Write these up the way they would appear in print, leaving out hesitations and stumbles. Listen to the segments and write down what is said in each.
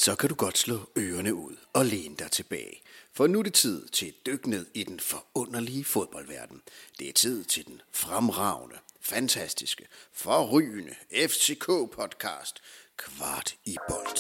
så kan du godt slå ørerne ud og læne dig tilbage. For nu er det tid til et dyk ned i den forunderlige fodboldverden. Det er tid til den fremragende, fantastiske, forrygende FCK-podcast Kvart i bold.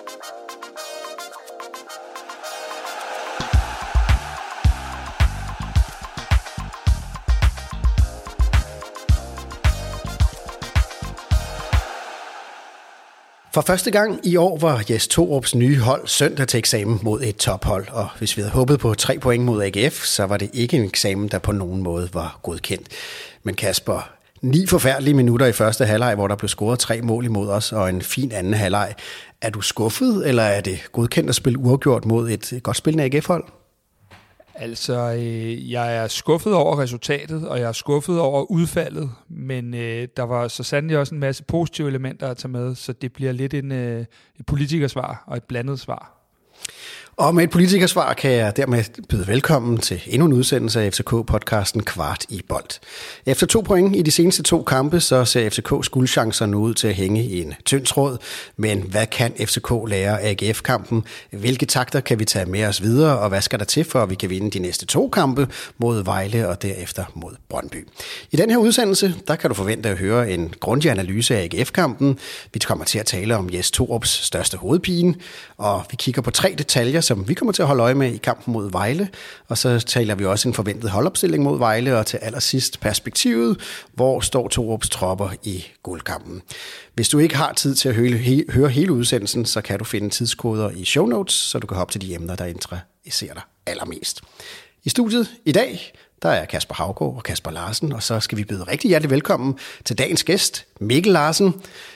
For første gang i år var Jes Torups nye hold søndag til eksamen mod et tophold, og hvis vi havde håbet på 3 point mod AGF, så var det ikke en eksamen, der på nogen måde var godkendt. Men Kasper, 9 forfærdelige minutter i første halvleg, hvor der blev scoret 3 mål imod os, og en fin anden halvleg. Er du skuffet, eller er det godkendt at spille uafgjort mod et godt spillende AGF-hold? Altså, jeg er skuffet over resultatet, og jeg er skuffet over udfaldet, men der var så sandelig også en masse positive elementer at tage med, så det bliver lidt et politikersvar og et blandet svar. Og med et politikersvar kan jeg dermed byde velkommen til endnu en udsendelse af FCK-podcasten Kvart i bold. Efter 2 point i de seneste 2 kampe, så ser FCK's guldchancer nu ud til at hænge i en tynd tråd. Men hvad kan FCK lære af AGF-kampen? Hvilke takter kan vi tage med os videre, og hvad skal der til for, at vi kan vinde de næste 2 kampe mod Vejle og derefter mod Brøndby? I den her udsendelse, der kan du forvente at høre en grundig analyse af AGF-kampen. Vi kommer til at tale om Jes Torups største hovedpine, og vi kigger på 3 detaljer, som vi kommer til at holde øje med i kampen mod Vejle. Og så taler vi også en forventet holdopstilling mod Vejle, og til allersidst perspektivet, hvor står Torups tropper i guldkampen. Hvis du ikke har tid til at høre hele udsendelsen, så kan du finde tidskoder i show notes, så du kan hoppe til de emner, der interesserer dig allermest. I studiet i dag, der er Kasper Haugaard og Kasper Larsen, og så skal vi byde rigtig hjertelig velkommen til dagens gæst, Mikkel Larsen.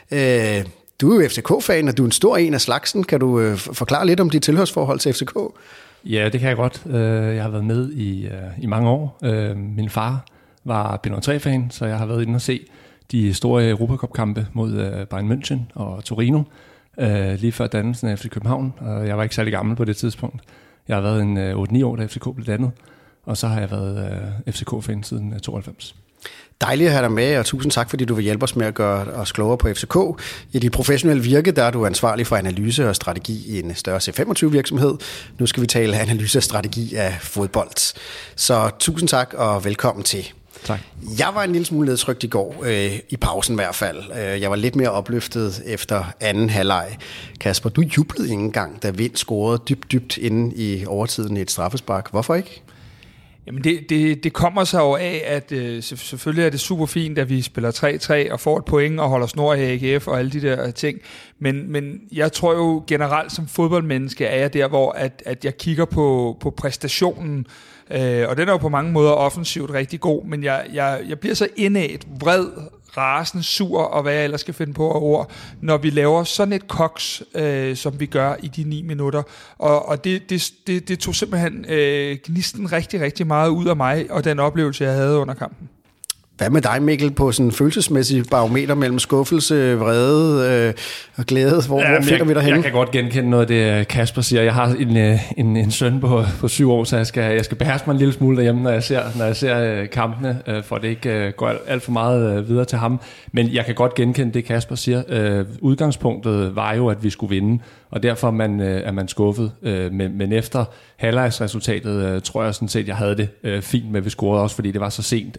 Du er jo FCK-fan, og du er en stor en af slagsen. Kan du forklare lidt om dit tilhørsforhold til FCK? Ja, det kan jeg godt. Jeg har været med i mange år. Min far var B03-fan, så jeg har været inde og se de store Europacup-kampe mod Bayern München og Torino, lige før dannelsen af FC København. Og jeg var ikke særlig gammel på det tidspunkt. Jeg har været en 8-9 år, da FCK blev dannet, og så har jeg været FCK-fan siden 92. Dejligt at have dig med, og tusind tak, fordi du vil hjælpe os med at gøre os klogere på FCK. I dit professionelle virke, der er du ansvarlig for analyse og strategi i en større C25-virksomhed. Nu skal vi tale analyse og strategi af fodbold. Så tusind tak, og velkommen til. Tak. Jeg var en lille smule nedtrykt i går, i pausen i hvert fald. Jeg var lidt mere opløftet efter anden halvleg. Kasper, du jublede ikke engang, da Vind scorede dybt inde i overtiden i et straffespark. Hvorfor ikke? Jamen det kommer sig jo af, at selvfølgelig er det super fint, at vi spiller 3-3 og får et point og holder snor i AGF og alle de der ting. Men jeg tror jo generelt som fodboldmenneske er jeg der, hvor at jeg kigger på præstationen. Og den er jo på mange måder offensivt rigtig god, men jeg bliver så indædt vred, rasende, sur og hvad jeg ellers skal finde på af ord, når vi laver sådan et koks, som vi gør i de 9 minutter. Og det tog simpelthen gnisten rigtig, rigtig meget ud af mig, og den oplevelse, jeg havde under kampen. Hvad med dig, Mikkel, på sådan en følelsesmæssig barometer mellem skuffelse, vrede og glæde? Hvor finder vi dig henne? Jeg kan godt genkende noget af det, Kasper siger. Jeg har en søn på 7 år, så jeg skal beherske mig en lille smule derhjemme, når jeg ser kampene, for det ikke går alt for meget videre til ham. Men jeg kan godt genkende det, Kasper siger. Udgangspunktet var jo, at vi skulle vinde, og derfor er man skuffet. Men efter halvlegsresultatet tror jeg sådan set, jeg havde det fint med, at vi scorede også, fordi det var så sent,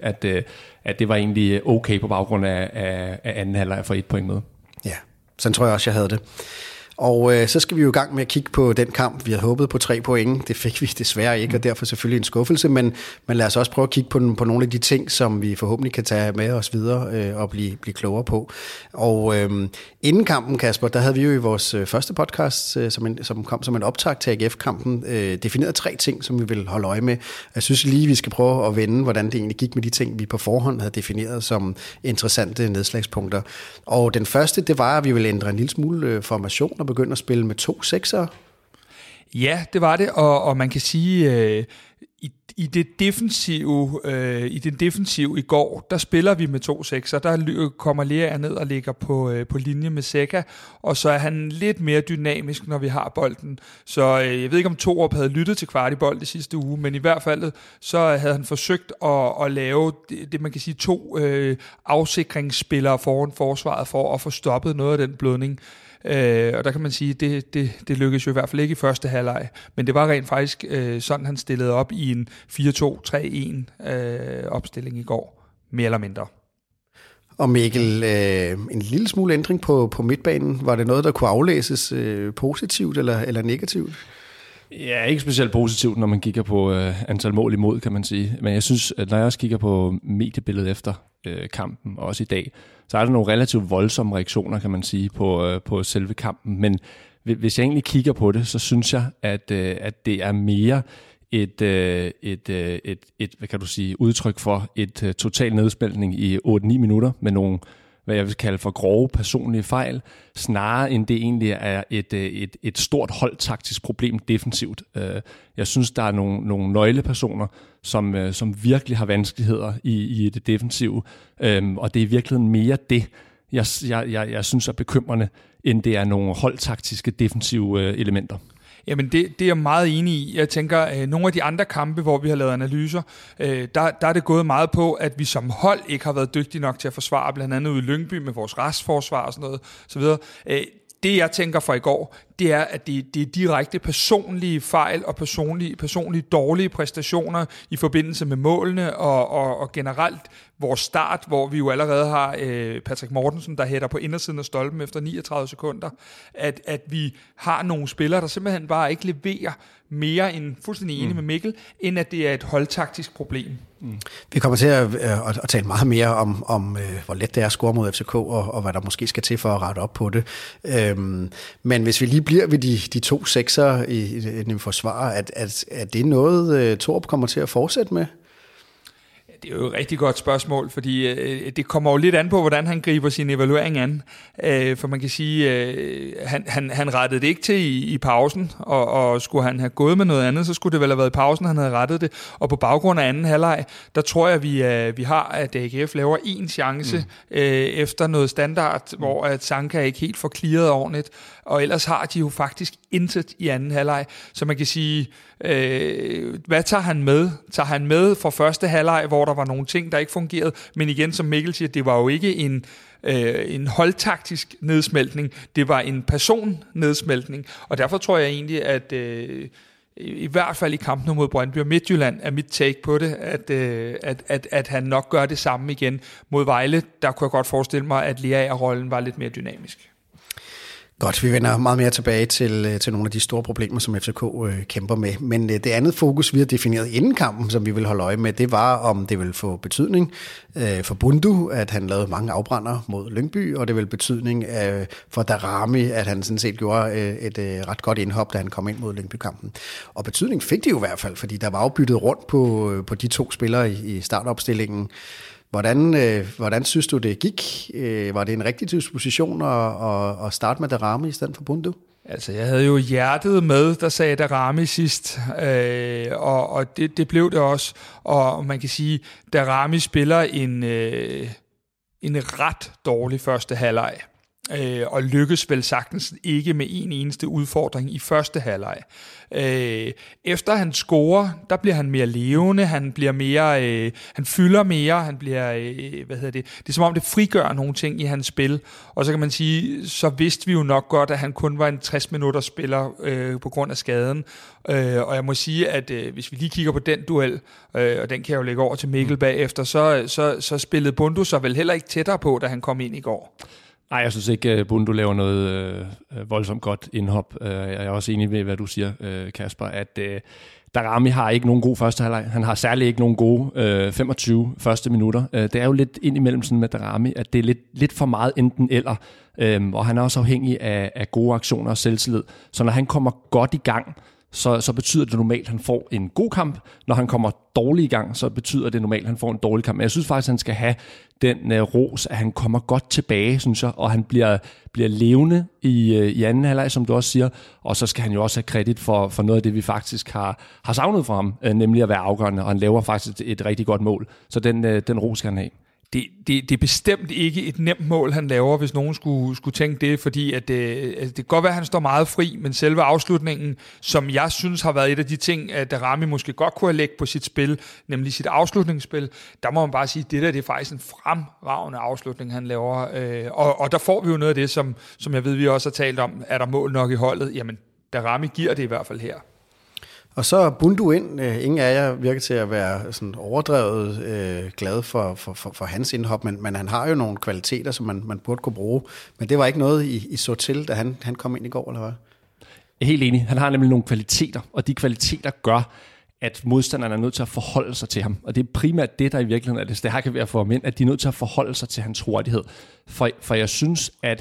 at det var egentlig okay på baggrund af anden halvleg for 1 point med. Ja, sådan tror jeg også, jeg havde det. Og så skal vi jo i gang med at kigge på den kamp. Vi havde håbet på 3 point. Det fik vi desværre ikke, og derfor selvfølgelig en skuffelse. Men lad os også prøve at kigge på nogle af de ting, som vi forhåbentlig kan tage med os videre og blive klogere på. Og inden kampen, Kasper, der havde vi jo i vores første podcast, som kom som en optakt til AGF-kampen, defineret 3 ting, som vi vil holde øje med. Jeg synes lige, vi skal prøve at vende, hvordan det egentlig gik med de ting, vi på forhånd havde defineret som interessante nedslagspunkter. Og den første, det var, at vi ville ændre en lille smule formation og begynde at spille med 2 seksere. Ja, det var det, og man kan sige, i den defensive i går, der spiller vi med 2 sekser. Der kommer Lea ned og ligger på linje med Seca, og så er han lidt mere dynamisk, når vi har bolden. Så jeg ved ikke, om Torup havde lyttet til Kvart i bold det sidste uge, men i hvert fald så havde han forsøgt at lave det man kan sige 2 afsikringsspillere foran forsvaret for at få stoppet noget af den blødning. Og der kan man sige, det lykkedes jo i hvert fald ikke i første halvleg, men det var rent faktisk sådan, han stillede op i en 4-2-3-1 opstilling i går, mere eller mindre. Og Mikkel, en lille smule ændring på midtbanen. Var det noget, der kunne aflæses positivt eller negativt? Ja, ikke specielt positivt, når man kigger på antal mål imod, kan man sige. Men jeg synes, at når jeg også kigger på mediebilledet efter kampen, og også i dag, så er der nogle relativt voldsomme reaktioner, kan man sige, på selve kampen. Men hvis jeg egentlig kigger på det, så synes jeg, at det er mere et hvad kan du sige, udtryk for et total nedspilning i 8-9 minutter med nogle, hvad jeg vil kalde for grove personlige fejl, snarere end det egentlig er et stort holdtaktisk problem defensivt. Jeg synes, der er nogle nøglepersoner, som virkelig har vanskeligheder i det defensive, og det er i virkeligheden mere det, jeg synes er bekymrende, end det er nogle holdtaktiske defensive elementer. Jamen det er jeg meget enig i. Jeg tænker, nogle af de andre kampe, hvor vi har lavet analyser, der er det gået meget på, at vi som hold ikke har været dygtige nok til at forsvare, blandt andet ude i Lyngby med vores restforsvar og sådan noget, så videre. Det jeg tænker fra i går, det er, at det er direkte personlige fejl og personlige dårlige præstationer i forbindelse med målene og generelt vores start, hvor vi jo allerede har Patrick Mortensen, der hætter på indersiden af stolpen efter 39 sekunder, at vi har nogle spillere, der simpelthen bare ikke leverer mere end, fuldstændig enig med Mikkel, end at det er et holdtaktisk problem. Vi kommer til at tale meget mere om hvor let det er at score mod FCK, og hvad der måske skal til for at rette op på det. Men hvis vi lige bliver ved de to sekser i den forsvar, er det noget, Torp kommer til at fortsætte med? Det er jo et rigtig godt spørgsmål, fordi det kommer jo lidt an på, hvordan han griber sin evaluering an. For man kan sige, han rettede det ikke til i pausen, og skulle han have gået med noget andet, så skulle det vel have været i pausen, han havde rettet det. Og på baggrund af anden halvleg, der tror jeg, vi har, at AGF laver en chance efter noget standard, hvor at Sanka ikke helt får clearet ordentligt. Og ellers har de jo faktisk intet i anden halvleg. Så man kan sige, hvad tager han med? Tager han med fra første halvleg, hvor der var nogle ting, der ikke fungerede? Men igen, som Mikkel siger, det var jo ikke en holdtaktisk nedsmeltning. Det var en personnedsmeltning. Og derfor tror jeg egentlig, at i hvert fald i kampen mod Brøndby og Midtjylland er mit take på det, at han nok gør det samme igen mod Vejle. Der kunne jeg godt forestille mig, at Lea-rollen var lidt mere dynamisk. Godt, vi vender meget mere tilbage til nogle af de store problemer, som FCK kæmper med. Men det andet fokus, vi har defineret inden kampen, som vi vil holde øje med, det var, om det vil få betydning for Bundu, at han lavede mange afbrænder mod Lyngby, og det vil betydning for Daramy, at han sådan set gjorde et ret godt indhop, da han kom ind mod Lyngby-kampen. Og betydning fik det jo i hvert fald, fordi der var jo byttet rundt på de to spillere i startopstillingen. Hvordan synes du, det gik? Var det en rigtig disposition at starte med Daramy i stedet for Bundu? Altså, jeg havde jo hjertet med, der sagde Daramy sidst, og det blev det også. Og man kan sige, Daramy spiller en ret dårlig første halvleg. Og lykkes vel sagtens ikke med en eneste udfordring i første halvleg. Efter han scorer, der bliver han mere levende, han bliver mere, han fylder mere, han bliver, det er som om det frigør nogle ting i hans spil, og så kan man sige, så vidste vi jo nok godt, at han kun var en 60 minutters spiller på grund af skaden, og jeg må sige, at hvis vi lige kigger på den duel, og den kan jeg jo lægge over til Mikkel bagefter, så spillede Bundu så vel heller ikke tættere på, da han kom ind i går. Nej, jeg synes ikke, at Bundu laver noget voldsomt godt indhop. Jeg er også enig med, hvad du siger, Kasper, at Daramy har ikke nogen god første halvleg. Han har særligt ikke nogen gode 25 første minutter. Det er jo lidt indimellem sådan med Daramy, at det er lidt for meget enten eller, og han er også afhængig af gode aktioner og selvtillid. Så når han kommer godt i gang, så betyder det normalt, at han får en god kamp. Når han kommer dårlig i gang, så betyder det normalt, at han får en dårlig kamp. Men jeg synes faktisk, at han skal have den ros, at han kommer godt tilbage, synes jeg, og han bliver levende i anden halvleg, som du også siger. Og så skal han jo også have kredit for noget af det, vi faktisk har savnet fra ham, nemlig at være afgørende, og han laver faktisk et rigtig godt mål. Så den ros skal han have. Det er bestemt ikke et nemt mål, han laver, hvis nogen skulle tænke det, fordi at det kan godt være, at han står meget fri, men selve afslutningen, som jeg synes har været et af de ting, at Daramy måske godt kunne have lægget på sit spil, nemlig sit afslutningsspil, der må man bare sige, at det er faktisk en fremragende afslutning, han laver. Og der får vi jo noget af det, som jeg ved, vi også har talt om, er der mål nok i holdet? Jamen, Daramy giver det i hvert fald her. Og så Bundu ind. Ingen af jer virker til at være sådan overdrevet glad for hans indhop, men han har jo nogle kvaliteter, som man burde kunne bruge. Men det var ikke noget, I så til, da han kom ind i går, eller hvad? Jeg er helt enig. Han har nemlig nogle kvaliteter, og de kvaliteter gør, at modstanderne er nødt til at forholde sig til ham. Og det er primært det, der i virkeligheden er det stærke ved at få ham ind, at de er nødt til at forholde sig til hans hurtighed. For jeg synes, at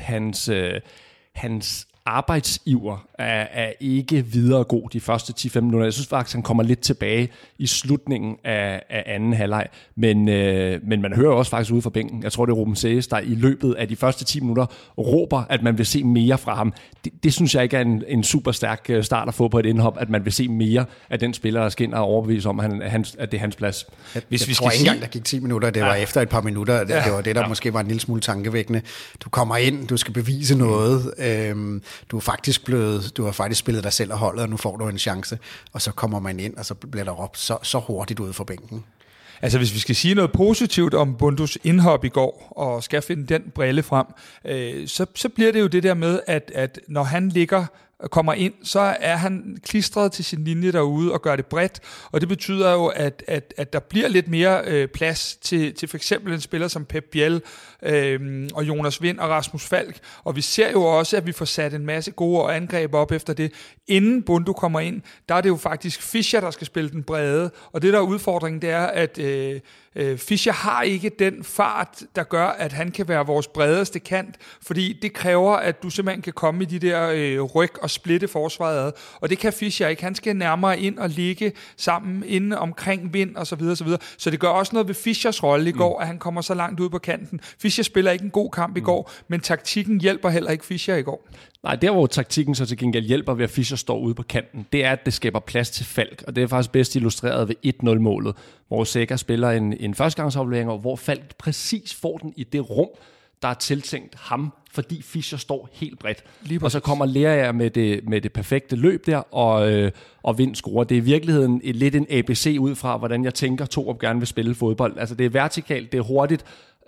hans arbejdsiver er ikke videre god de første 10-15 minutter. Jeg synes faktisk, han kommer lidt tilbage i slutningen af anden halvleg. Men man hører også faktisk ude fra bænken. Jeg tror, det er Ruben Sæges, der i løbet af de første 10 minutter råber, at man vil se mere fra ham. Det synes jeg ikke er en super stærk start at få på et indhop, at man vil se mere af den spiller, der skal ind og overbevise om, at det er hans plads. Jeg tror ikke engang, der gik 10 minutter. Det var efter et par minutter. Det var det, der måske var en lille smule tankevækkende. Du kommer ind, du skal bevise noget. Du har faktisk spillet dig selv og holdet, og nu får du en chance, og så kommer man ind, og så bliver der råbt så hurtigt ude for bænken. Altså hvis vi skal sige noget positivt om Bundus indhop i går, og skal finde den brille frem, så bliver det jo det der med, at når han kommer ind, så er han klistret til sin linje derude og gør det bredt, og det betyder jo, at der bliver lidt mere plads til for eksempel en spiller som Pep Biel og Jonas Vind og Rasmus Falk, og vi ser jo også, at vi får sat en masse gode angreb op efter det. Inden Bundu kommer ind, der er det jo faktisk Fischer, der skal spille den brede, og det der er udfordringen, det er, at Fischer har ikke den fart, der gør, at han kan være vores bredeste kant, fordi det kræver, at du simpelthen kan komme i de der ryg og splitte forsvaret ad, og det kan Fischer ikke. Han skal nærmere ind og ligge sammen inde omkring Vind og så videre, så videre. Så det gør også noget ved Fischers rolle i går, at han kommer så langt ud på kanten. Fischer spiller ikke en god kamp i går, men taktikken hjælper heller ikke Fischer i går. Nej, der hvor taktikken så til gengæld hjælper ved, at Fischer står ude på kanten, det er, at det skaber plads til Falk, og det er faktisk bedst illustreret ved 1-0-målet, hvor Sækker spiller en førstegangsaflevering, og hvor Falk præcis får den i det rum, der er tiltænkt ham, fordi Fischer står helt bredt. Og så kommer Lerager med det perfekte løb der, og Vind scorer. Det er i virkeligheden lidt en ABC ud fra, hvordan jeg tænker, Torup gerne vil spille fodbold. Altså det er vertikalt, det er hurtigt,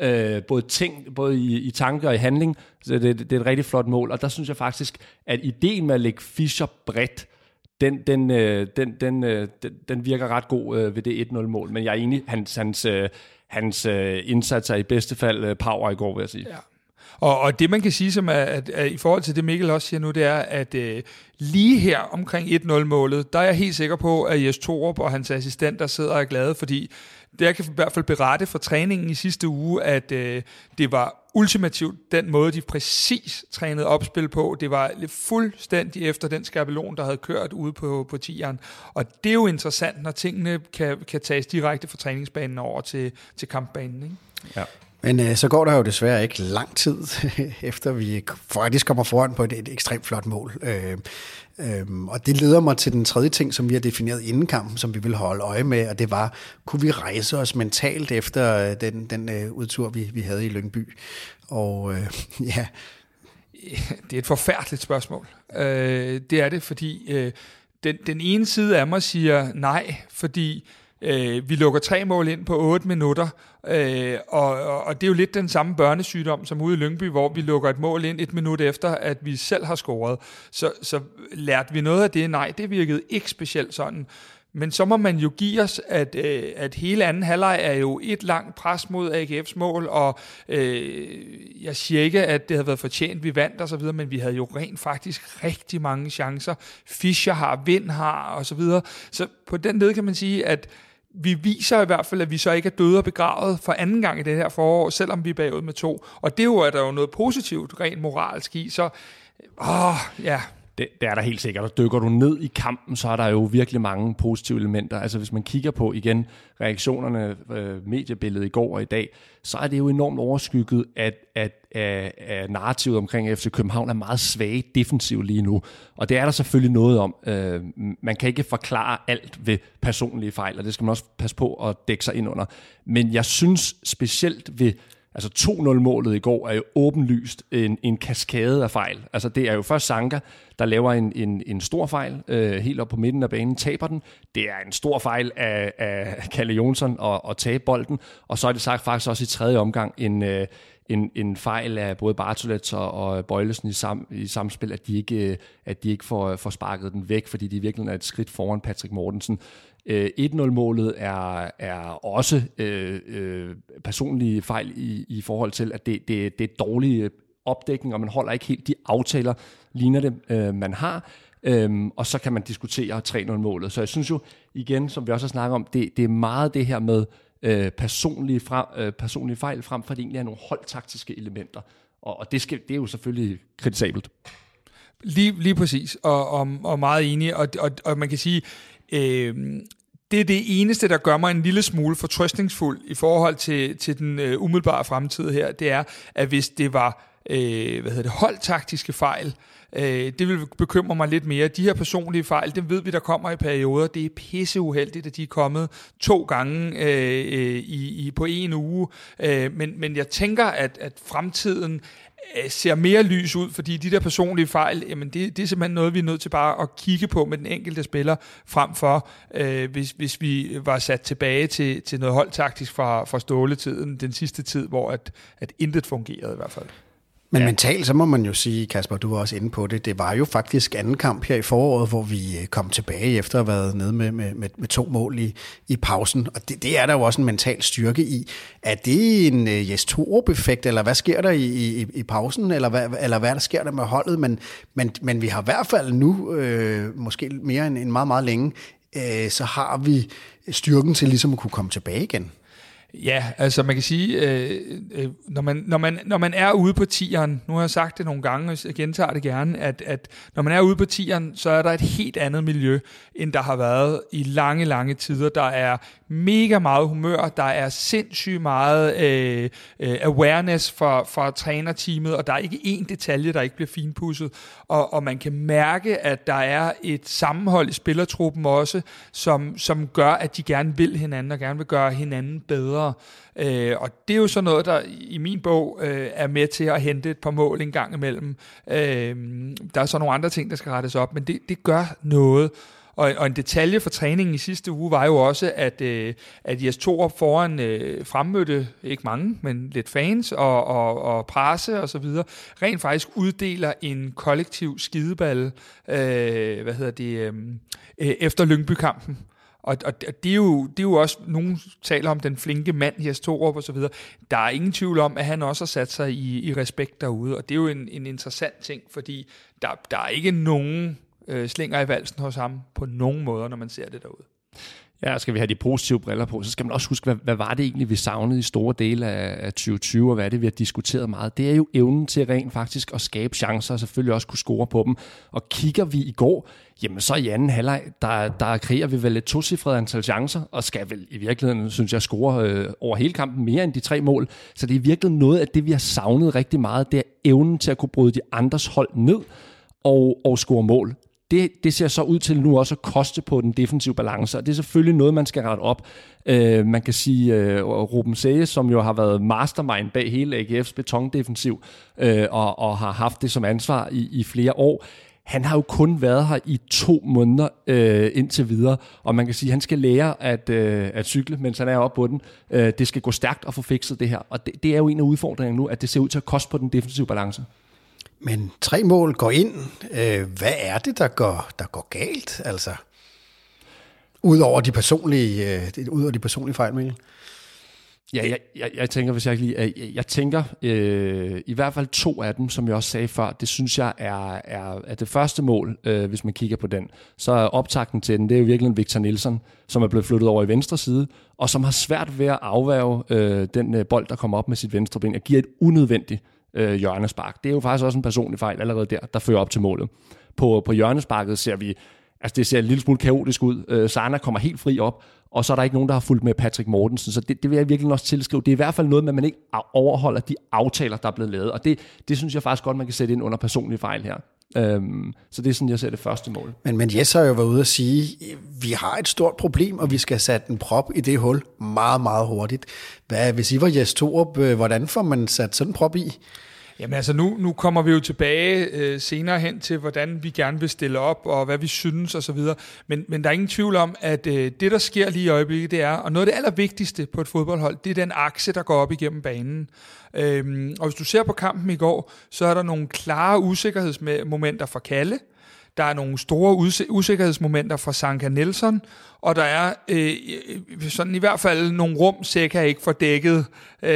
både i tanke og i handling, så det er et rigtig flot mål, og der synes jeg faktisk, at ideen med at lægge Fischer bredt, den virker ret god ved det 1-0-mål, men jeg er enig, hans indsatser i bedste fald power i går, vil jeg sige. Ja. Og det man kan sige, som at i forhold til det Mikkel også siger nu, det er, at lige her omkring 1-0-målet, der er jeg helt sikker på, at Jes Torup og hans assistenter sidder og er glade, fordi det jeg kan i hvert fald berette fra træningen i sidste uge, at det var ultimativt den måde, de præcis trænede opspil på. Det var fuldstændig efter den skabelon, der havde kørt ude på tieren. Og det er jo interessant, når tingene kan tages direkte fra træningsbanen over til kampbanen, ikke? Ja. Men så går der jo desværre ikke lang tid, efter vi faktisk kommer foran på et ekstremt flot mål. Og det leder mig til den tredje ting, som vi har defineret inden kampen, som vi vil holde øje med, og det var, kunne vi rejse os mentalt efter den udtur, vi havde i Lyngby? Og ja... Det er et forfærdeligt spørgsmål. Det er det, fordi den ene side af mig siger nej, fordi vi lukker 3 mål ind på 8 minutter, og det er jo lidt den samme børnesygdom som ude i Lyngby, hvor vi lukker et mål ind 1 minut efter, at vi selv har scoret. Så lærte vi noget af det? Nej, det virkede ikke specielt sådan. Men så må man jo give os, at hele anden halvleg er jo et langt pres mod AGF's mål, og jeg siger ikke, at det havde været fortjent, vi vandt og så videre, men vi havde jo rent faktisk rigtig mange chancer. Fischer har, Vind har og så videre. Så på den led kan man sige, at vi viser i hvert fald, at vi så ikke er døde og begravet for anden gang i det her forår, selvom vi er bagud med 2. Og det er der jo noget positivt, rent moralsk i. Så, ja... Det er der helt sikkert. Og dykker du ned i kampen, så er der jo virkelig mange positive elementer. Altså hvis man kigger på igen reaktionerne, mediebilledet i går og i dag, så er det jo enormt overskygget, at narrativet omkring FC København er meget svage defensivt lige nu. Og det er der selvfølgelig noget om. Man kan ikke forklare alt ved personlige fejl, og det skal man også passe på at dække sig ind under. Men jeg synes specielt ved altså 2-0-målet i går er jo åbenlyst en kaskade af fejl. Altså det er jo først Sanka, der laver en stor fejl helt op på midten af banen, taber den. Det er en stor fejl af Kalle Jonsson at tabe bolden. Og så er det sagt faktisk også i tredje omgang en fejl af både Bartolets og Bøjlesen i samspil, at de ikke får sparket den væk, fordi de virkelig er et skridt foran Patrick Mortensen. 1-0-målet er også personlige fejl i forhold til, at det er dårlig opdækning, og man holder ikke helt de aftaler, ligner det, man har. Og så kan man diskutere 3-0-målet. Så jeg synes jo, igen, som vi også har snakket om, det er meget det her med personlige fejl frem for, at det egentlig er nogle holdtaktiske elementer. Og det er jo selvfølgelig kritisabelt. Lige præcis, og meget enig. Og man kan sige, det er det eneste, der gør mig en lille smule fortrøstningsfuld i forhold til den umiddelbare fremtid her. Det er, at hvis det var holdtaktiske fejl, det vil bekymre mig lidt mere. De her personlige fejl, dem ved vi, der kommer i perioder. Det er pisseuheldigt, at de er kommet 2 gange på en uge. Men jeg tænker, at fremtiden ser mere lys ud, fordi de der personlige fejl, jamen det er simpelthen noget, vi er nødt til bare at kigge på med den enkelte spiller, frem for, hvis vi var sat tilbage til noget holdtaktisk fra Ståle-tiden, den sidste tid, hvor at intet fungerede i hvert fald. Men mentalt, så må man jo sige, Kasper, du var også inde på det, det var jo faktisk anden kamp her i foråret, hvor vi kom tilbage efter at have været nede med 2 mål i pausen, og det er der jo også en mental styrke i. Er det en Jes Torup-effekt, eller hvad sker der i pausen, eller hvad der sker der med holdet? Men vi har i hvert fald nu, måske mere end meget, meget længe, så har vi styrken til ligesom at kunne komme tilbage igen. Ja, altså man kan sige, når man er ude på 10'eren, nu har jeg sagt det nogle gange, og jeg gentager det gerne, at når man er ude på 10'eren, så er der et helt andet miljø, end der har været i lange, lange tider. Der er mega meget humør, der er sindssygt meget awareness fra trænerteamet, og der er ikke én detalje, der ikke bliver finpudset, og man kan mærke, at der er et sammenhold i spillertruppen også, som gør, at de gerne vil hinanden, og gerne vil gøre hinanden bedre. Og det er jo så noget, der i min bog er med til at hente et par mål en gang imellem. Der er så nogle andre ting, der skal rettes op, men det gør noget. Og en detalje for træningen i sidste uge var jo også, at Jes Torup foran fremmødte, ikke mange, men lidt fans og presse og så videre, rent faktisk uddeler en kollektiv skideball, efter Lyngby-kampen. Og det er jo også, nogen taler om den flinke mand, Jes Torup og så videre. Der er ingen tvivl om, at han også har sat sig i respekt derude, og det er jo en interessant ting, fordi der er ikke nogen slinger i valsen hos ham på nogen måder, når man ser det derude. Ja, skal vi have de positive briller på, så skal man også huske, hvad var det egentlig, vi savnede i store dele af 2020, og hvad er det, vi har diskuteret meget. Det er jo evnen til rent faktisk at skabe chancer, og selvfølgelig også kunne score på dem. Og kigger vi i går, jamen så i anden halvleg, der kreerer vi vel et 2-cifret antal chancer, og skal vel i virkeligheden, synes jeg, score over hele kampen mere end de 3 mål. Så det er virkelig noget af det, vi har savnet rigtig meget, det er evnen til at kunne bryde de andres hold ned og score mål. Det ser så ud til nu også at koste på den defensive balance, og det er selvfølgelig noget, man skal rette op. Man kan sige, Ruben Seje, som jo har været mastermind bag hele AGF's betondefensiv, og har haft det som ansvar i flere år, han har jo kun været her i 2 måneder indtil videre, og man kan sige, at han skal lære at cykle, mens han er oppe på den. Det skal gå stærkt at få fikset det her, og det er jo en af udfordringerne nu, at det ser ud til at koste på den defensive balance. Men 3 mål går ind. Hvad er det, der går galt? Altså, udover de personlige fejl, Mikkel? Ja, jeg tænker, hvis jeg ikke lige... Jeg tænker i hvert fald 2 af dem, som jeg også sagde før, det synes jeg er det første mål, hvis man kigger på den. Så er optakten til den, det er jo virkelig Victor Nilsson, som er blevet flyttet over i venstre side, og som har svært ved at afværge den bold, der kommer op med sit venstre ben, og giver et unødvendigt hjørnespark. Det er jo faktisk også en personlig fejl allerede der fører op til målet. På hjørnesparket ser vi, altså det ser en lille smule kaotisk ud. Sana kommer helt fri op, og så er der ikke nogen, der har fulgt med Patrick Mortensen, så det vil jeg virkelig også tilskrive. Det er i hvert fald noget med, at man ikke overholder de aftaler, der er blevet lavet, og det synes jeg faktisk godt, man kan sætte ind under personlige fejl her. Så det er sådan, jeg ser det første mål. Men Jes har jo været ude at sige, vi har et stort problem, og vi skal sætte en prop i det hul meget, meget hurtigt. Hvis I var Jes Torup, hvordan får man sat sådan en prop i? Jamen altså, nu kommer vi jo tilbage senere hen til, hvordan vi gerne vil stille op, og hvad vi synes osv. Men der er ingen tvivl om, at det, der sker lige i øjeblikket, det er, og noget af det allervigtigste på et fodboldhold, det er den akse, der går op igennem banen. Og hvis du ser på kampen i går, så er der nogle klare usikkerhedsmomenter for Kalle. Der er nogle store usikkerhedsmomenter fra Sanka Nelson, og der er sådan i hvert fald nogle rum, Seca ikke får dækket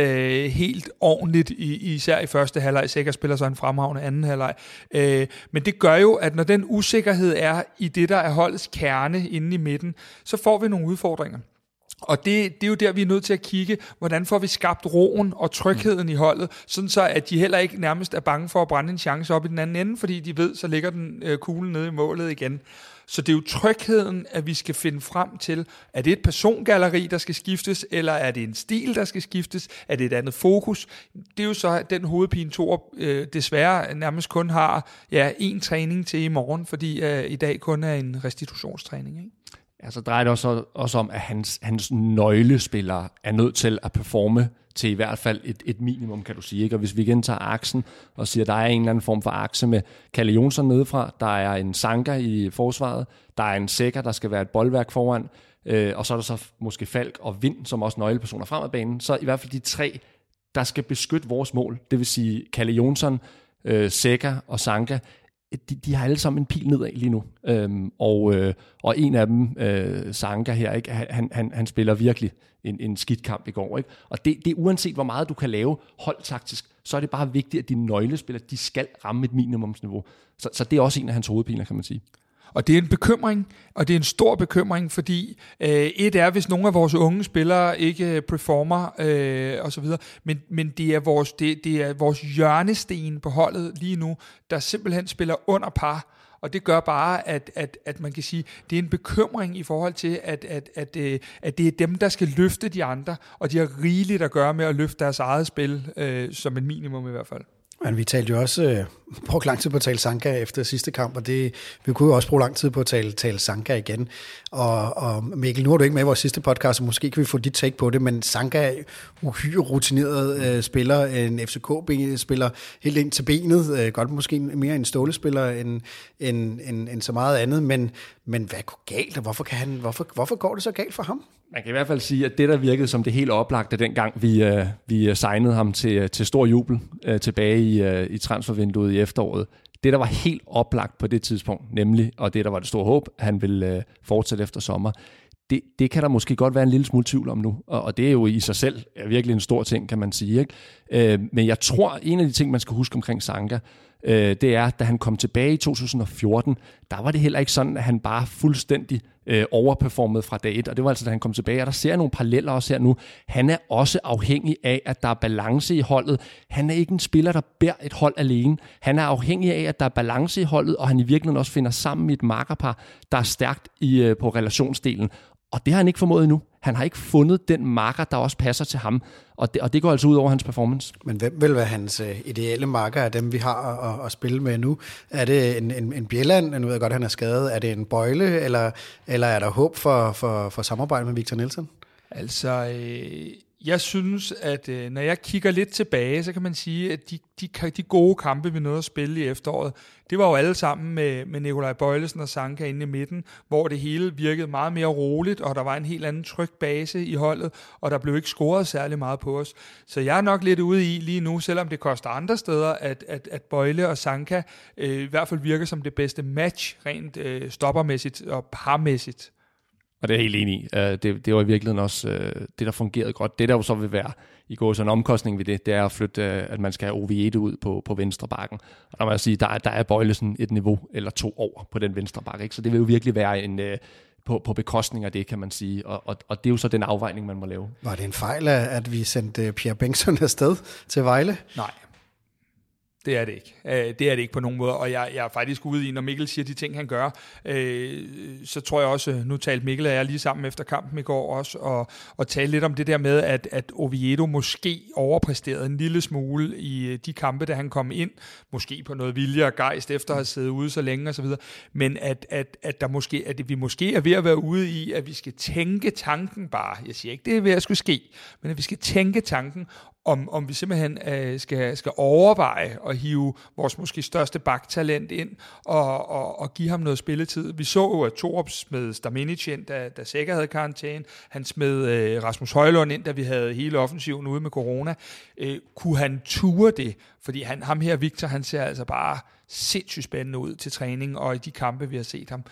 helt ordentligt, især i første halvleg. Seca spiller så en fremragende anden halvleg. Men det gør jo, at når den usikkerhed er i det, der er holdets kerne inde i midten, så får vi nogle udfordringer. Og det er jo der, vi er nødt til at kigge, hvordan får vi skabt roen og trygheden i holdet, sådan så at de heller ikke nærmest er bange for at brænde en chance op i den anden ende, fordi de ved, så ligger den kuglen nede i målet igen. Så det er jo trygheden, at vi skal finde frem til, er det et persongalleri, der skal skiftes, eller er det en stil, der skal skiftes, er det et andet fokus? Det er jo så den hovedpine, Torup desværre nærmest kun har én træning til i morgen, fordi i dag kun er en restitutionstræning, ikke? Altså drejer det også om, at hans nøglespillere er nødt til at performe til i hvert fald et minimum, kan du sige. Ikke? Og hvis vi igen tager aksen og siger, at der er en eller anden form for akse med Kalle Jonsson nedefra, der er en Sanka i forsvaret, der er en Seca, der skal være et boldværk foran, og så er der så måske Falk og Vind, som også nøglepersoner frem ad banen. Så i hvert fald de tre, der skal beskytte vores mål. Det vil sige Kalle Jonsson, Seca og Sanka. De har alle sammen en pil nedad lige nu. Og en af dem, Sanka her, ikke? Han spiller virkelig en skidt kamp i går. Ikke? Og det er uanset, hvor meget du kan lave holdtaktisk, så er det bare vigtigt, at dine nøglespillere, de skal ramme et minimumsniveau. Så det er også en af hans hovedpiner, kan man sige. Og det er en bekymring, og det er en stor bekymring, fordi et er, hvis nogle af vores unge spillere ikke performer og så videre, men det er vores hjørnesten på holdet lige nu, der simpelthen spiller under par, og det gør bare, at man kan sige, det er en bekymring i forhold til, at det er dem, der skal løfte de andre, og de har rigeligt at gøre med at løfte deres eget spil, som et minimum i hvert fald. Men vi talte jo også brugt lang tid på at tale Sanka efter sidste kamp, og vi kunne jo også bruge lang tid på at tale Sanka igen. Og Mikkel, nu er du ikke med i vores sidste podcast, så måske kan vi få dit take på det, men Sanka er uhyre rutineret spiller, en FCK-spiller helt ind til benet, godt måske mere en stålespiller end så meget andet, men hvad går galt, og hvorfor går det så galt for ham? Man kan i hvert fald sige, at det, der virkede som det helt oplagte, dengang vi signede ham til stor jubel tilbage i transfervinduet i efteråret, det, der var helt oplagt på det tidspunkt, nemlig, og det, der var det store håb, han ville fortsætte efter sommer, det kan der måske godt være en lille smule tvivl om nu, og det er jo i sig selv virkelig en stor ting, kan man sige. Ikke? Men jeg tror, en af de ting, man skal huske omkring Sanka, det er, da han kom tilbage i 2014, der var det heller ikke sådan, at han bare fuldstændig overperformede fra dag 1, og det var altså, da han kom tilbage, og der ser jeg nogle paralleller også her nu. Han er også afhængig af, at der er balance i holdet. Han er ikke en spiller, der bærer et hold alene. Han er afhængig af, at der er balance i holdet, og han i virkeligheden også finder sammen med et makkerpar, der er stærkt på relationsdelen. Og det har han ikke formået endnu. Han har ikke fundet den marker, der også passer til ham, og det går altså ud over hans performance. Men hvem vil være hans ideelle marker af dem, vi har at spille med nu? Er det en Bjelland? Nu ved jeg godt, han er skadet. Er det en Bøjle, eller er der håb for samarbejde med Victor Nielsen? Altså, jeg synes, at når jeg kigger lidt tilbage, så kan man sige, at de gode kampe, vi nåede at spille i efteråret, det var jo alle sammen med Nikolaj Bøjlesen og Sanka inde i midten, hvor det hele virkede meget mere roligt, og der var en helt anden tryg base i holdet, og der blev ikke scoret særlig meget på os. Så jeg er nok lidt ude i lige nu, selvom det koster andre steder, at Bøjle og Sanka i hvert fald virker som det bedste match, rent stoppermæssigt og parmæssigt. Og det er jeg helt enig i. Det var i virkeligheden også det, der fungerede godt. Det, der jo så vil være i går sådan en omkostning ved det er at flytte, at man skal have OV1 ud på venstre bakken. Og der må jeg sige, der er Bøjlesen et niveau eller 2 over på den venstre bakke. Ikke? Så det vil jo virkelig være en på bekostning af det, kan man sige. Og det er jo så den afvejning, man må lave. Var det en fejl, at vi sendte Pierre Bengtsson afsted til Vejle? Nej. Det er det ikke. Det er det ikke på nogen måde, og jeg er faktisk ude i, når Mikkel siger de ting, han gør, så tror jeg også, nu talte Mikkel og jeg lige sammen efter kampen i går også, og tale lidt om det der med, at Oviedo måske overpræsterede en lille smule i de kampe, da han kom ind, måske på noget vilje og gejst efter at have siddet ude så længe og så videre, men at vi måske er ved at være ude i, at vi skal tænke tanken bare, jeg siger ikke, det er ved at skulle ske, men at vi skal tænke tanken, om vi simpelthen skal overveje at hive vores måske største baktalent ind og give ham noget spilletid. Vi så jo, at Thorup smed Stamenic ind, da Sækker havde karantæne. Han smed Rasmus Højlund ind, da vi havde hele offensiven ude med corona. Kunne han ture det? Fordi ham her, Victor, han ser altså bare sindssygt spændende ud til træning, og i de kampe, vi har set ham.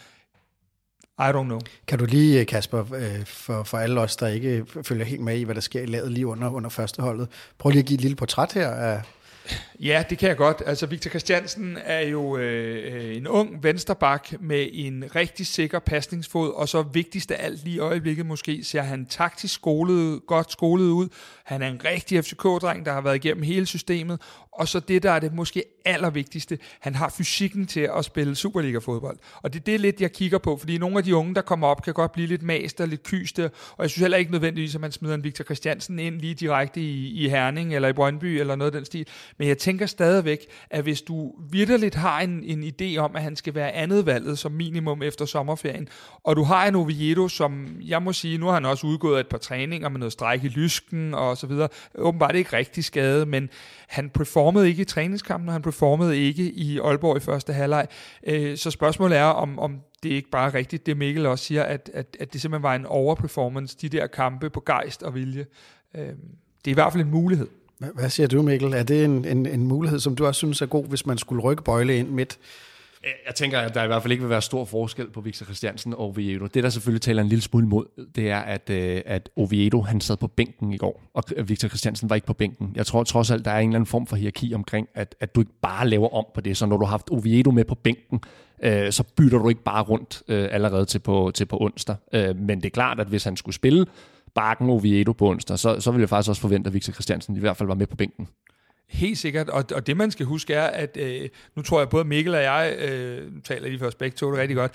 I don't know. Kan du lige, Kasper, for alle os, der ikke følger helt med i, hvad der sker i laget lige under førsteholdet, prøv lige at give et lille portræt her af... Ja, det kan jeg godt. Altså, Victor Christiansen er jo en ung vensterbak med en rigtig sikker pasningsfod, og så vigtigst af alt lige i øjeblikket måske, ser han taktisk godt skolet ud. Han er en rigtig FCK-dreng, der har været igennem hele systemet, og så det, der er det måske allervigtigste, han har fysikken til at spille Superliga-fodbold. Og det er det lidt, jeg kigger på, fordi nogle af de unge, der kommer op, kan godt blive lidt master, lidt kyste, og jeg synes heller ikke nødvendigvis, at man smider en Victor Christiansen ind lige direkte i Herning, eller i Brøndby, eller noget af den stil. Men jeg tænker stadigvæk, at hvis du vitterligt har en idé om, at han skal være andet valget som minimum efter sommerferien, og du har en Oviedo, som jeg må sige, nu har han også udgået et par træninger med noget stræk i lysken og så videre. Åbenbart ikke rigtig skadet, men han performede ikke i træningskampen, og han performede ikke i Aalborg i første halvleg. Så spørgsmålet er, om det ikke bare er rigtigt, det Mikkel også siger, at det simpelthen var en overperformance, de der kampe på gejst og vilje. Det er i hvert fald en mulighed. Hvad siger du, Mikkel? Er det en mulighed, som du også synes er god, hvis man skulle rykke Bøjle ind midt? Jeg tænker, at der i hvert fald ikke vil være stor forskel på Victor Christiansen og Oviedo. Det, der selvfølgelig taler en lille smule mod, det er, at Oviedo han sad på bænken i går, og Victor Christiansen var ikke på bænken. Jeg tror trods alt, der er en eller anden form for hierarki omkring, at du ikke bare laver om på det. Så når du har haft Oviedo med på bænken, så bytter du ikke bare rundt allerede til på onsdag. Men det er klart, at hvis han skulle spille Bakken Oviedo på onsdag, så ville jeg faktisk også forvente, at Victor Christiansen i hvert fald var med på bænken. Helt sikkert, og det man skal huske er, at nu tror jeg både Mikkel og jeg, taler lige først begge to det rigtig godt,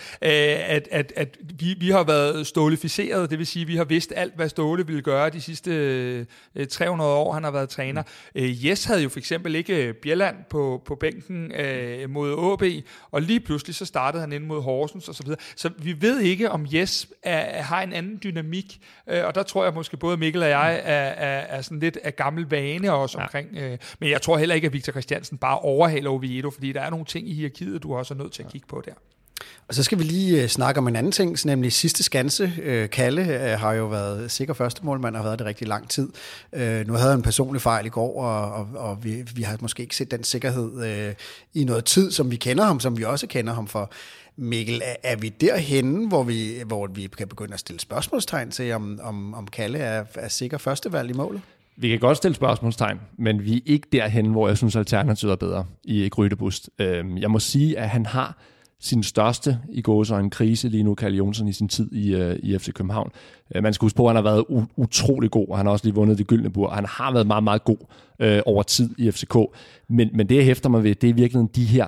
at vi har været stålificeret, det vil sige, at vi har vidst alt, hvad Ståle ville gøre de sidste 300 år, han har været træner. Jes havde jo for eksempel ikke Bjelland på bænken mod AB, og lige pludselig så startede han ind mod Horsens og så videre. Så vi ved ikke, om Jes har en anden dynamik, og der tror jeg måske både Mikkel og jeg er sådan lidt af gammel vane også omkring. Men jeg tror heller ikke, at Victor Christiansen bare overhaler Oviedo, fordi der er nogle ting i hierarkiet, du også er nødt til at kigge på der. Og så skal vi lige snakke om en anden ting, nemlig sidste skanse. Kalle har jo været sikker førstemålmand og har været det rigtig lang tid. Nu havde han en personlig fejl i går, og vi har måske ikke set den sikkerhed i noget tid, som vi kender ham, som vi også kender ham for. Mikkel, er vi derhenne, hvor vi kan begynde at stille spørgsmålstegn til, om Kalle er sikker førstevalg i målet? Vi kan godt stille spørgsmålstegn, men vi er ikke derhen, hvor jeg synes, alternativet er bedre i Grydebust. Jeg må sige, at han har sin største i gåseøjne krise lige nu, Kalle Jonsson, i sin tid i FC København. Man skal huske på, at han har været utrolig god, og han har også lige vundet det gyldne bur. Han har været meget, meget god over tid i FCK. Men det, jeg hæfter mig ved, det er virkelig de her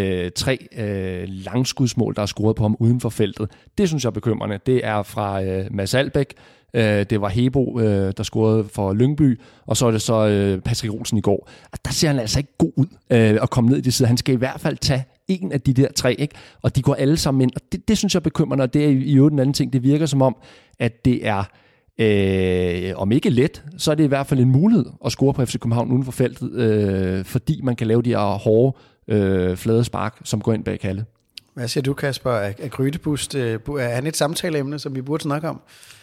3 langskudsmål, der er scoret på ham uden for feltet. Det synes jeg er bekymrende. Det er fra Mads Albeck, det var Hebo, der scorede for Lyngby, og så er det så Patrick Olsen i går. Og der ser han altså ikke god ud at komme ned i det side. Han skal i hvert fald tage en af de der 3, ikke? Og de går alle sammen ind, og det synes jeg er bekymrende, og det er i øvrigt en anden ting. Det virker som om, at det er, om ikke let, så er det i hvert fald en mulighed at score på FC København uden for feltet, fordi man kan lave de her hårde, flade spark, som går ind bag Kalle. Hvad siger du, Kasper? Er Grydebust, er han et samtaleemne, som vi burde snakke om?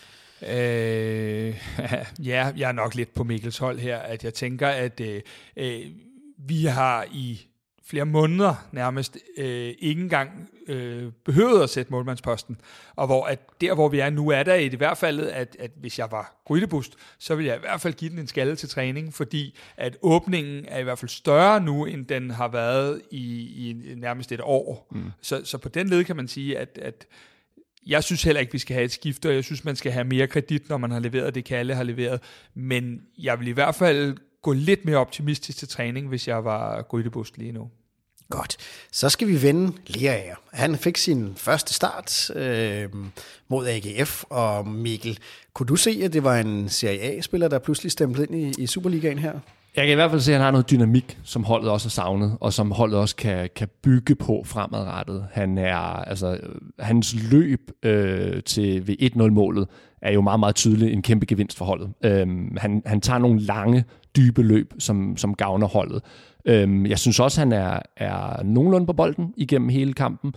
Ja, jeg er nok lidt på Mikkels hold her, at jeg tænker, at vi har i flere måneder nærmest ikke engang behøvet at sætte målmandsposten, og hvor vi er nu, er der i hvert fald, at hvis jeg var Grydebust, så vil jeg i hvert fald give den en skalle til træning, fordi at åbningen er i hvert fald større nu, end den har været i nærmest et år. Så på den led kan man sige, at jeg synes heller ikke, vi skal have et skifte, og jeg synes, man skal have mere kredit, når man har leveret det, Kalle har leveret. Men jeg vil i hvert fald gå lidt mere optimistisk til træning, hvis jeg var Grydebust lige nu. Godt. Så skal vi vende Lerager. Han fik sin første start mod AGF, og Mikkel, kunne du se, at det var en Serie A-spiller, der pludselig stemplede ind i Superligaen her? Jeg kan i hvert fald se, at han har noget dynamik, som holdet også er savnet, og som holdet også kan bygge på fremadrettet. Hans løb ved 1-0-målet er jo meget, meget tydeligt en kæmpe gevinst for holdet. Han tager nogle lange, dybe løb, som gavner holdet. Jeg synes også, han er nogenlunde på bolden igennem hele kampen,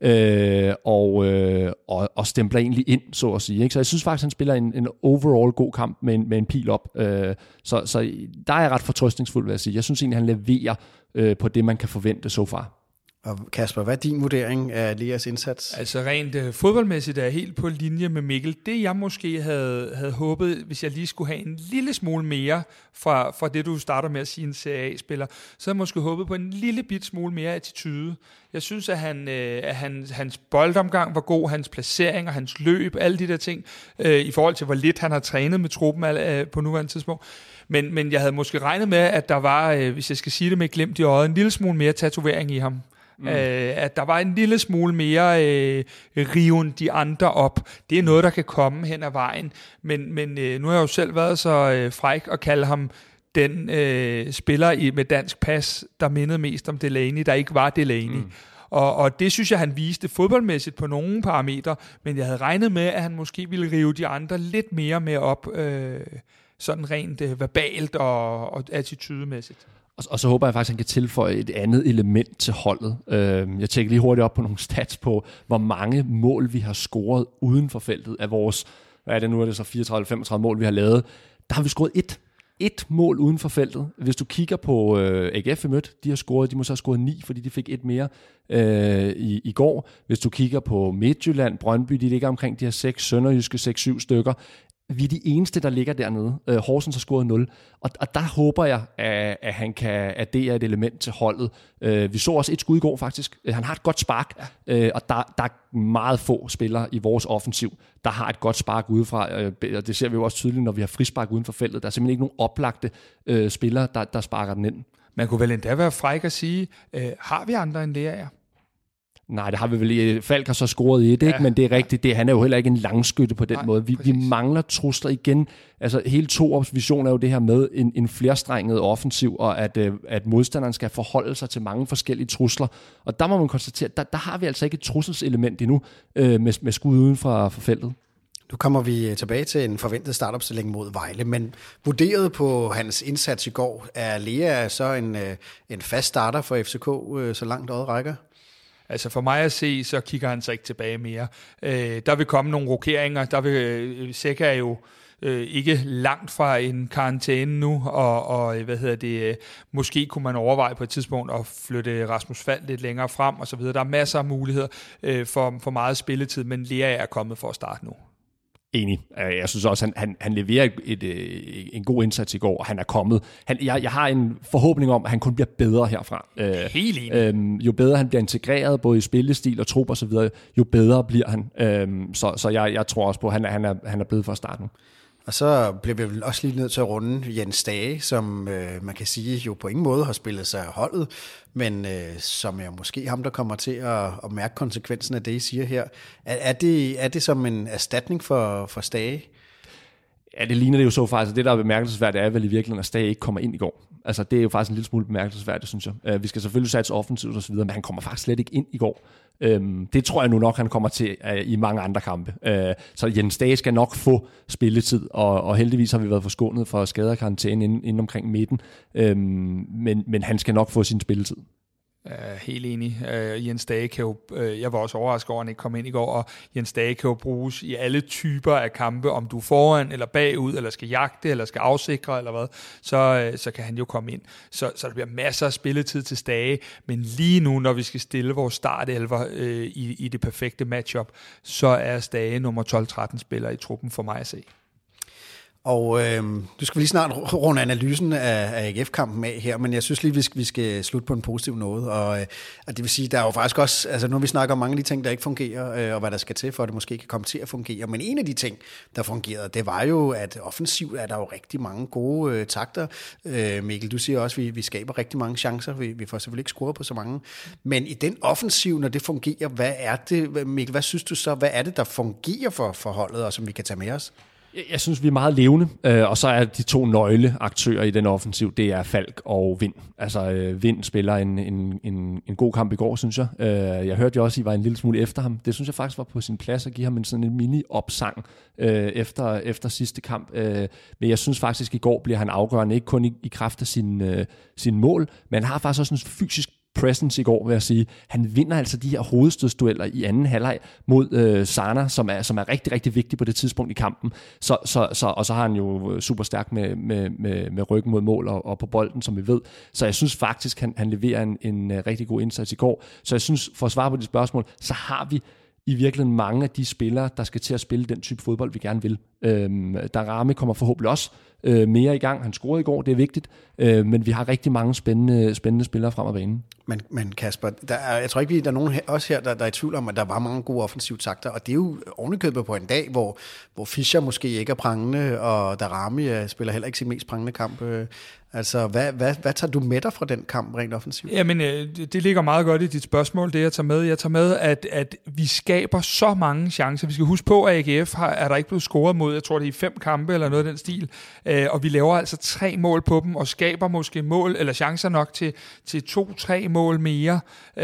og stempler egentlig ind, så at sige. Ikke? Så jeg synes faktisk, han spiller en overall god kamp med en pil op. Så der er jeg ret fortrøstningsfuld, vil jeg sige. Jeg synes egentlig, han leverer på det, man kan forvente så far. Og Kasper, hvad er din vurdering af Leas indsats? Altså rent fodboldmæssigt er jeg helt på linje med Mikkel. Det jeg måske havde håbet, hvis jeg lige skulle have en lille smule mere fra det, du starter med at sige en Serie A-spiller, så havde jeg måske håbet på en lille bit smule mere attitude. Jeg synes, at hans boldomgang var god, hans placering og hans løb, alle de der ting, i forhold til hvor lidt han har trænet med truppen på nuværende tidspunkt. Men jeg havde måske regnet med, at der var, hvis jeg skal sige det med glimt i øjet, en lille smule mere tatovering i ham. At der var en lille smule mere riven de andre op. Det er noget, der kan komme hen ad vejen. Men nu har jeg jo selv været så fræk at kalde ham den spiller med dansk pas, der mindede mest om Delaney, der ikke var Delaney. Og det synes jeg, han viste fodboldmæssigt på nogle parametre, men jeg havde regnet med, at han måske ville rive de andre lidt mere med op, sådan rent verbalt og attitudemæssigt. Og så håber jeg faktisk, at han kan tilføje et andet element til holdet. Jeg tjekker lige hurtigt op på nogle stats på, hvor mange mål vi har scoret uden for feltet af vores, hvad er det nu, er det så 34-35 mål, vi har lavet. Der har vi scoret et mål uden for feltet. Hvis du kigger på AGF vi mødte, de må så have scoret 9, fordi de fik et mere i går. Hvis du kigger på Midtjylland, Brøndby, de ligger omkring de her 6, Sønderjyske 6-7 stykker. Vi er de eneste, der ligger dernede. Horsens har scoret 0. Og der håber jeg, at han kan addere et element til holdet. Vi så også et skud i går, faktisk. Han har et godt spark, og der er meget få spillere i vores offensiv, der har et godt spark udefra. Og det ser vi jo også tydeligt, når vi har frispark uden for feltet. Der er simpelthen ikke nogen oplagte spillere, der sparker den ind. Man kunne vel endda være fræk at sige, har vi andre end Lerager? Nej, det har vi vel. Falk har så scoret i det, ikke? Men det er rigtigt. Han er jo heller ikke en langskytte på den måde. Vi mangler trusler igen. Altså hele Torups vision er jo det her med en flerstrenget offensiv, og at modstanderen skal forholde sig til mange forskellige trusler. Og der må man konstatere, der har vi altså ikke et trusselselement endnu med skud uden for feltet. Nu kommer vi tilbage til en forventet startopstilling mod Vejle, men vurderet på hans indsats i går, er Lea så en fast starter for FCK, så langt øjet rækker? Altså for mig at se, så kigger han sig ikke tilbage mere. Der vil komme nogle rokeringer. Der vil Seca er jo ikke langt fra en karantæne nu, og måske kunne man overveje på et tidspunkt at flytte Rasmus Falk lidt længere frem og så videre. Der er masser af muligheder for meget spilletid, men Lea er kommet for at starte nu. Enig. Jeg synes også, han leverer en god indsats i går, og han er kommet. Jeg har en forhåbning om, at han kun bliver bedre herfra. Helt enig. Jo bedre han bliver integreret, både i spillestil og trup og så videre, jo bedre bliver han. Så jeg tror også på, at han er blevet for at starte nu. Og så bliver vi vel også lige nødt til at runde Jens Dage, som man kan sige jo på ingen måde har spillet sig holdet, men som er måske ham, der kommer til at mærke konsekvensen af det, I siger her. Er det som en erstatning for Stage? Ja, det ligner det jo så faktisk. Det, der er bemærkelsesværdigt, er vel i virkeligheden, at Stage ikke kommer ind i går. Altså, det er jo faktisk en lille smule bemærkelsesværdigt, synes jeg. Vi skal selvfølgelig satse offensivt og så videre, men han kommer faktisk slet ikke ind i går. Det tror jeg nu nok, han kommer til i mange andre kampe. Så Jens Stage skal nok få spilletid, og heldigvis har vi været forskånet for skader og karantæne inden omkring midten. Men han skal nok få sin spilletid. Helt enig. Jens Dage kan jo, jeg var også overrasket over, at han ikke kom ind i går, og Jens Dage kan jo bruges i alle typer af kampe, om du er foran eller bagud, eller skal jagte, eller skal afsikre, eller hvad, så kan han jo komme ind. Så der bliver masser af spilletid til Stage, men lige nu, når vi skal stille vores startelver i det perfekte matchup, så er Stage nummer 12-13 spiller i truppen for mig at se. Og du skal lige snart runde analysen af AGF-kampen af her, men jeg synes lige, vi skal slutte på en positiv noget. Og det vil sige, der er jo faktisk også, altså nu har vi snakket om mange af de ting, der ikke fungerer, og hvad der skal til, for at det måske kan komme til at fungere. Men en af de ting, der fungerede, det var jo, at offensivt er der jo rigtig mange gode takter. Mikkel, du siger også, at vi skaber rigtig mange chancer. Vi får selvfølgelig ikke scoret på så mange. Men i den offensiv, når det fungerer, hvad er det, Mikkel, hvad synes du så, hvad er det, der fungerer for holdet, og som vi kan tage med os? Jeg synes, vi er meget levende, og så er de to nøgleaktører i den offensiv, det er Falk og Vind. Altså, Vind spiller en god kamp i går, synes jeg. Jeg hørte jo også, at I var en lille smule efter ham. Det synes jeg faktisk var på sin plads at give ham sådan en mini-opsang efter sidste kamp. Men jeg synes faktisk, at i går bliver han afgørende, ikke kun i kraft af sin mål, men han har faktisk også en fysisk presence i går, vil jeg sige. Han vinder altså de her hovedstødsdueller i anden halvleg mod Sana, som er rigtig, rigtig vigtig på det tidspunkt i kampen. Og så har han jo super stærk med ryggen mod mål og på bolden, som vi ved. Så jeg synes faktisk, han leverer en rigtig god indsats i går. Så jeg synes, for at svare på de spørgsmål, så har vi i virkeligheden mange af de spillere, der skal til at spille den type fodbold, vi gerne vil. Darami kommer forhåbentlig også mere i gang. Han scorede i går, det er vigtigt. Men vi har rigtig mange spændende spillere frem af banen. Men Kasper, jeg tror ikke, der er nogen også her, der er i tvivl om, at der var mange gode offensive takter, og det er jo ovenikøbet på en dag, hvor Fischer måske ikke er prangende, og Darami spiller heller ikke sin mest prangende kamp. Altså, hvad tager du med dig fra den kamp rent offensivt? Jamen, det ligger meget godt i dit spørgsmål, det jeg tager med. Jeg tager med, at vi skaber så mange chancer. Vi skal huske på, at AGF er der ikke blevet scoret mod, jeg tror det er i 5 kampe eller noget af den stil, og vi laver altså 3 mål på dem, og skaber måske mål, eller chancer nok til 2-3 mål mere,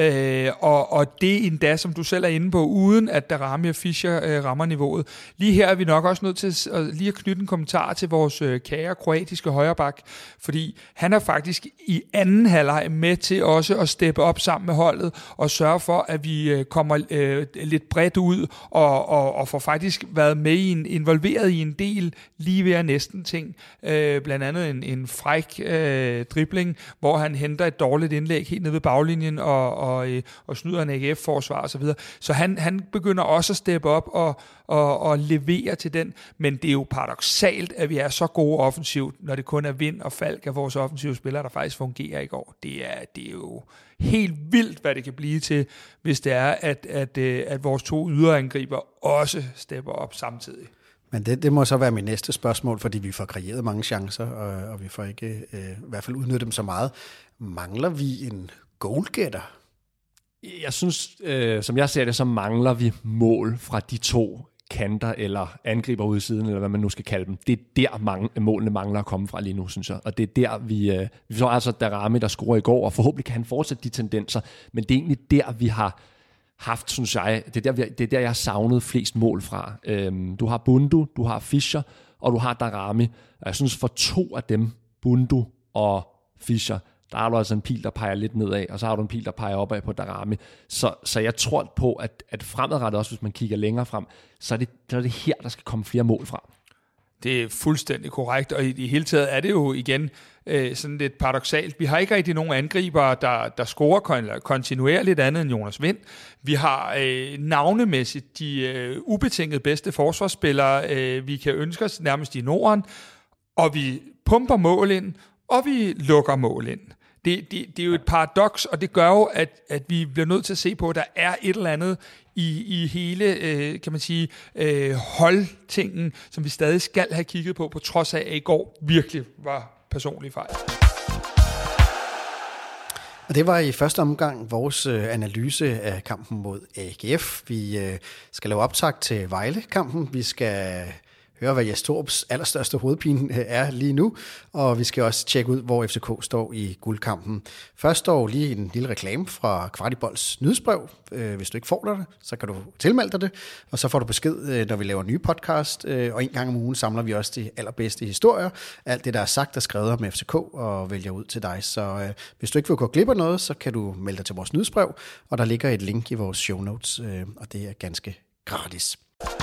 og det endda, som du selv er inde på, uden at Darami og Fischer rammer niveauet. Lige her er vi nok også nødt til lige at knytte en kommentar til vores kære kroatiske højreback, fordi han er faktisk i anden halvleg med til også at steppe op sammen med holdet og sørge for, at vi kommer lidt bredt ud og får faktisk været med involveret i en del lige ved at næsten ting. Blandt andet en fræk dribling, hvor han henter et dårligt indlæg helt nede ved baglinjen og snyder en AGF-forsvar og så videre. Så han begynder også at steppe op og levere til den, men det er jo paradoksalt, at vi er så gode offensivt, når det kun er Vind og Falk af vores offensive spillere, der faktisk fungerer i går. Det er jo helt vildt, hvad det kan blive til, hvis det er, at vores 2 yderangriber også stepper op samtidig. Men det må så være mit næste spørgsmål, fordi vi får kreeret mange chancer, og vi får ikke i hvert fald udnyttet dem så meget. Mangler vi en goalgetter? Jeg synes, som jeg ser det, så mangler vi mål fra de 2 kanter eller angriber ude i siden, eller hvad man nu skal kalde dem. Det er der målene mangler at komme fra lige nu, synes jeg. Og det er der, vi så altså Darami, der scorer i går, og forhåbentlig kan han fortsætte de tendenser, men det er egentlig der, vi har haft, synes jeg, det er der, jeg har savnet flest mål fra. Du har Bundu, du har Fischer, og du har Darami. Og jeg synes, for 2 af dem, Bundu og Fischer, der har du altså en pil, der peger lidt nedad, og så har du en pil, der peger opad på Darami. Så jeg tror på, at fremadrettet også, hvis man kigger længere frem, så er det her, der skal komme flere mål fra. Det er fuldstændig korrekt, og i hele taget er det jo igen sådan lidt paradoksalt. Vi har ikke rigtig nogen angribere, der scorer kontinuerligt andet end Jonas Vind. Vi har navnemæssigt de ubetinget bedste forsvarsspillere, vi kan ønske os nærmest i Norden, og vi pumper mål ind, og vi lukker mål ind. Det er jo et paradoks, og det gør jo, at vi bliver nødt til at se på, at der er et eller andet i hele, kan man sige, holdtingen, som vi stadig skal have kigget på trods af, at i går virkelig var personlig fejl. Og det var i første omgang vores analyse af kampen mod AGF. Vi skal lave optakt til Vejle-kampen. Vi skal høre, hvad Jes Torups allerstørste hovedpine er lige nu, og vi skal også tjekke ud, hvor FCK står i guldkampen. Først står lige en lille reklame fra Kvart i Bolds nyhedsbrev. Hvis du ikke får det, så kan du tilmelde dig det, og så får du besked, når vi laver nye podcast, og en gang om ugen samler vi også de allerbedste historier. Alt det, der er sagt og skrevet om FCK, og vælger ud til dig. Så hvis du ikke vil gå glip af noget, så kan du melde dig til vores nyhedsbrev, og der ligger et link i vores show notes, og det er ganske gratis.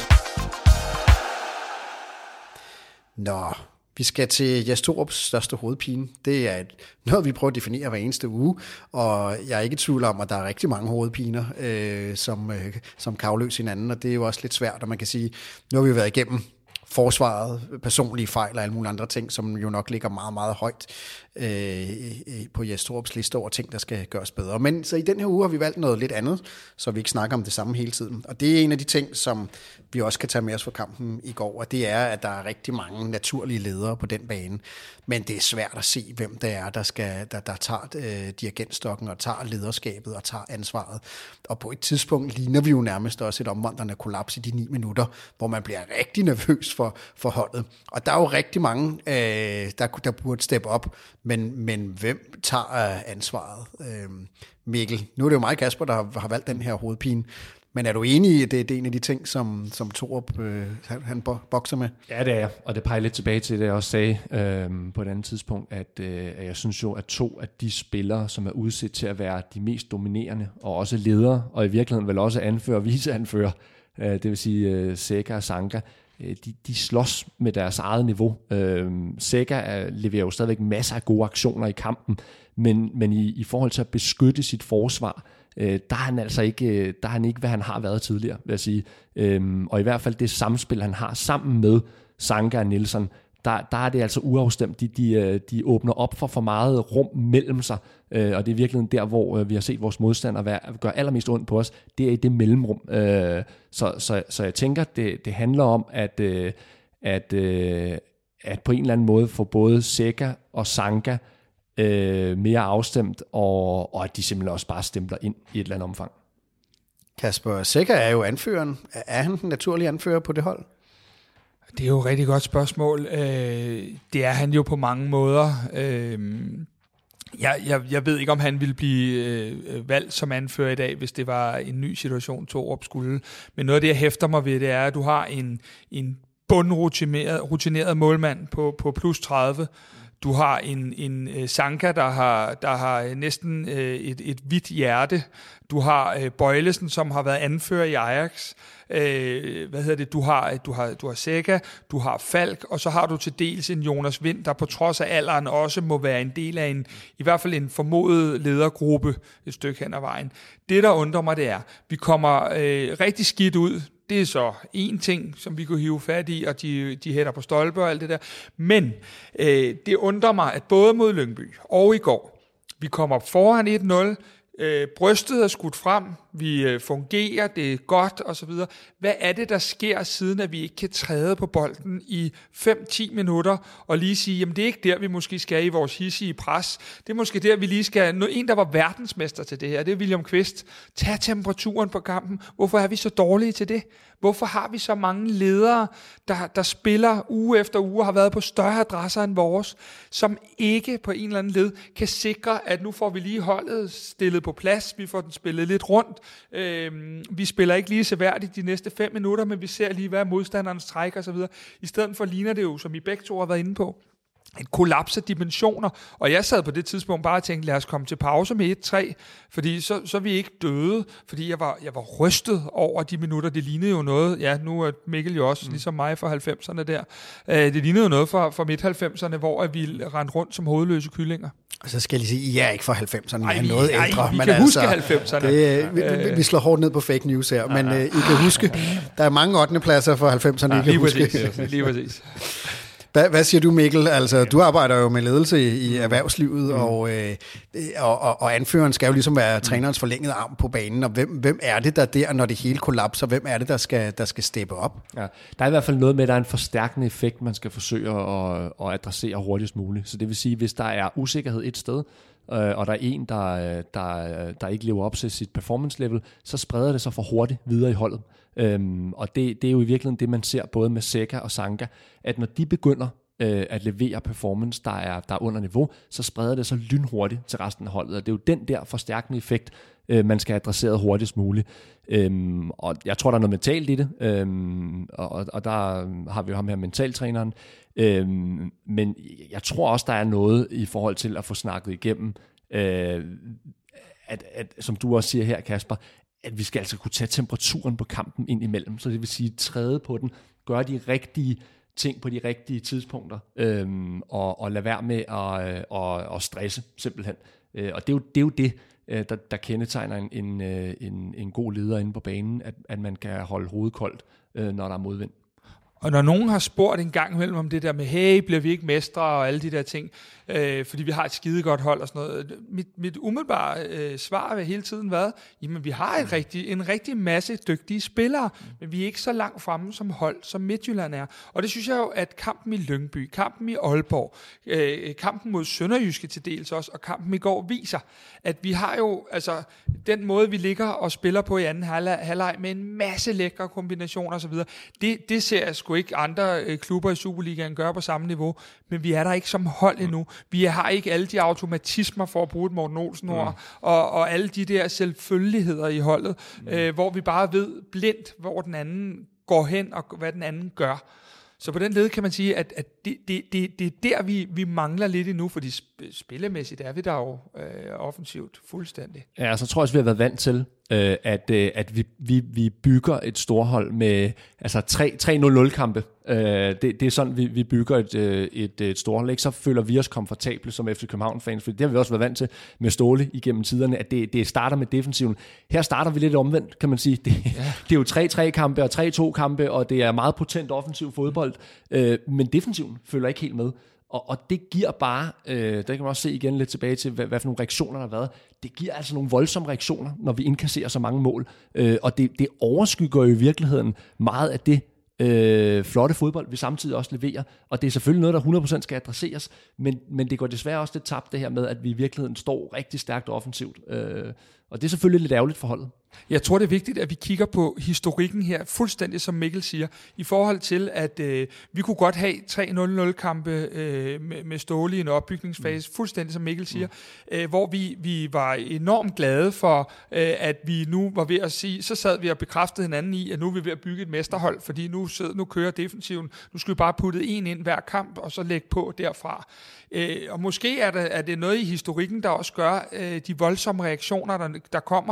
Nå, vi skal til Jes Torups største hovedpine. Det er noget, vi prøver at definere hver eneste uge, og jeg er ikke i tvivl om, at der er rigtig mange hovedpiner, som kan afløse hinanden, og det er jo også lidt svært, og man kan sige, nu har vi været igennem forsvaret, personlige fejl og alle mulige andre ting, som jo nok ligger meget, meget højt på Jes Torups liste over ting, der skal gøres bedre. Men så i den her uge har vi valgt noget lidt andet, så vi ikke snakker om det samme hele tiden. Og det er en af de ting, som vi også kan tage med os fra kampen i går, og det er, at der er rigtig mange naturlige ledere på den bane, men det er svært at se, hvem det er, der tager dirigentstokken og tager lederskabet og tager ansvaret. Og på et tidspunkt ligner vi jo nærmest også et omvandrende kollaps i de 9 minutter, hvor man bliver rigtig nervøs for holdet. Og der er jo rigtig mange, der burde steppe op, men hvem tager ansvaret? Mikkel, nu er det jo mig, Kasper, der har valgt den her hovedpine. Men er du enig i, at det er en af de ting, som Torup han bokser med? Ja, det er jeg, og det peger lidt tilbage til det, jeg også sagde på et andet tidspunkt, at jeg synes jo, at 2 af de spillere, som er udset til at være de mest dominerende, og også ledere, og i virkeligheden vel også anfører, viceanfører, det vil sige Zeca og Sanka, de slås med deres eget niveau. Zeca leverer jo stadigvæk masser af gode aktioner i kampen, men i forhold til at beskytte sit forsvar, der er han altså ikke, hvad han har været tidligere, vil jeg sige. Og i hvert fald det samspil, han har sammen med Sanka og Nielsen, der er det altså uafstemt. De åbner op for meget rum mellem sig, og det er virkelig der, hvor vi har set vores modstandere gøre allermest ondt på os. Det er i det mellemrum. Så jeg tænker, det handler om, at på en eller anden måde få både Zeca og Sanka mere afstemt, og at de simpelthen også bare stempler ind i et eller andet omfang. Kasper, Zeca er jo anføreren. Er han den naturlige anfører på det hold? Det er jo et rigtig godt spørgsmål. Det er han jo på mange måder. Jeg ved ikke, om han ville blive valgt som anfører i dag, hvis det var en ny situation, Torup skulle. Men noget af det, jeg hæfter mig ved, det er, at du har en bundrutineret målmand på plus 30. Du har en Sanka, der har næsten et hvidt hjerte. Du har Bøjlesen, som har været anfører i Ajax. Du har Zeca, du har Falk, og så har du til dels en Jonas Wind, der på trods af alderen også må være en del af i hvert fald en formodet ledergruppe et stykke hen ad vejen. Det, der undrer mig, det er, vi kommer rigtig skidt ud. Det er så en ting, som vi kunne hive fat i, og de hætter på stolpe og alt det der. Men det undrer mig, at både mod Lyngby og i går, vi kommer foran 1-0, brystet er skudt frem, vi fungerer, det er godt osv. Hvad er det, der sker, siden at vi ikke kan træde på bolden i 5-10 minutter, og lige sige, jamen det er ikke der, vi måske skal i vores hissige pres. Det er måske der, vi lige skal... En, der var verdensmester til det her, det er William Kvist. Tag temperaturen på kampen. Hvorfor er vi så dårlige til det? Hvorfor har vi så mange ledere, der spiller uge efter uge, har været på større adresser end vores, som ikke på en eller anden led kan sikre, at nu får vi lige holdet stillet på plads, vi får den spillet lidt rundt, vi spiller ikke lige seværdigt de næste 5 minutter, men vi ser lige, hvad modstanderens træk og så videre. I stedet for ligner det jo, som I begge to har været inde på, et kollaps af dimensioner, og jeg sad på det tidspunkt bare og tænkte, lad os komme til pause med 1-3, fordi så er vi ikke døde, fordi jeg var rystet over de minutter. Det lignede jo noget, ja, nu er Mikkel jo også ligesom mig fra 90'erne der, det lignede jo noget fra midt-90'erne, hvor vi rendte rundt som hovedløse kyllinger. Og så skal jeg lige sige, I er ikke fra 90'erne, I er noget ældre. Vi kan huske 90'erne. Vi slår hårdt ned på fake news her, men I kan huske, der er mange 8. pladser fra 90'erne, I kan huske. Lige præcis. Hvad siger du, Mikkel? Altså, du arbejder jo med ledelse i erhvervslivet, og anføreren skal jo ligesom være trænerens forlængede arm på banen, og hvem er det der, når det hele kollapser? Hvem er det, der skal steppe op? Ja, der er i hvert fald noget med, at der er en forstærkende effekt, man skal forsøge at adressere hurtigst muligt. Så det vil sige, hvis der er usikkerhed et sted, og der er en, der ikke lever op til sit performance level, så spreder det sig for hurtigt videre i holdet. Og det er jo i virkeligheden det, man ser både med Zeca og Sanka, at når de begynder at levere performance, der er under niveau, så spreder det sig lynhurtigt til resten af holdet. Og det er jo den der forstærkende effekt, man skal adressere hurtigst muligt. Og jeg tror, der er noget mentalt i det, og der har vi jo ham her mentaltræneren. Men jeg tror også, der er noget i forhold til at få snakket igennem, at som du også siger her, Kasper, at vi skal altså kunne tage temperaturen på kampen ind imellem. Så det vil sige, træde på den, gøre de rigtige ting på de rigtige tidspunkter, og lade være med at stresse, simpelthen. Og det er jo det, der kendetegner en god leder inde på banen, at man kan holde hovedet koldt, når der er modvind. Og når nogen har spurgt en gang imellem om det der med, hey, bliver vi ikke mestre og alle de der ting, fordi vi har et skidegodt hold og sådan noget. Mit umiddelbare svar har hele tiden været, jamen vi har en rigtig masse dygtige spillere, men vi er ikke så langt fremme som hold, som Midtjylland er. Og det synes jeg jo, at kampen i Lyngby, kampen i Aalborg, kampen mod Sønderjyske til dels også, og kampen i går viser, at vi har jo, altså den måde vi ligger og spiller på i anden halvleg med en masse lækre kombinationer osv., det ser jeg sgu ikke andre klubber i Superligaen gøre på samme niveau, men vi er der ikke som hold endnu. Vi har ikke alle de automatismer for at bruge et Morten Olsen-ord, og alle de der selvfølgeligheder i holdet, hvor vi bare ved blindt, hvor den anden går hen, og hvad den anden gør. Så på den led kan man sige, at det er der, vi mangler lidt endnu, fordi spillemæssigt er vi der jo offensivt fuldstændig. Ja, så tror jeg også, vi har været vant til, at vi bygger et storhold med altså 3-0-0-kampe. Det er sådan, vi bygger et storhold. Ikke? Så føler vi os komfortable som FC København-fans, for det har vi også været vant til med Ståle igennem tiderne, at det starter med defensiven. Her starter vi lidt omvendt, kan man sige. Det er jo 3-3-kampe og 3-2-kampe, og det er meget potent offensiv fodbold, men defensiven følger ikke helt med. Og det giver bare, der kan man også se igen lidt tilbage til, hvad for nogle reaktioner der har været. Det giver altså nogle voldsomme reaktioner, når vi indkasserer så mange mål. Og det overskygger jo i virkeligheden meget af det flotte fodbold, vi samtidig også leverer. Og det er selvfølgelig noget, der 100% skal adresseres, men det går desværre også lidt tabt det her med, at vi i virkeligheden står rigtig stærkt offensivt. Og det er selvfølgelig lidt ærgerligt for holdet. Jeg tror, det er vigtigt, at vi kigger på historikken her, fuldstændig som Mikkel siger, i forhold til, at vi kunne godt have 3-0-0-kampe med Ståle i en opbygningsfase, fuldstændig som Mikkel siger, hvor vi var enormt glade for, at vi nu var ved at sige, så sad vi og bekræftede hinanden i, at nu er vi ved at bygge et mesterhold, fordi nu kører defensiven, nu skal vi bare putte en ind hver kamp, og så lægge på derfra. Og måske er det noget i historikken, der også gør de voldsomme reaktioner, der kommer.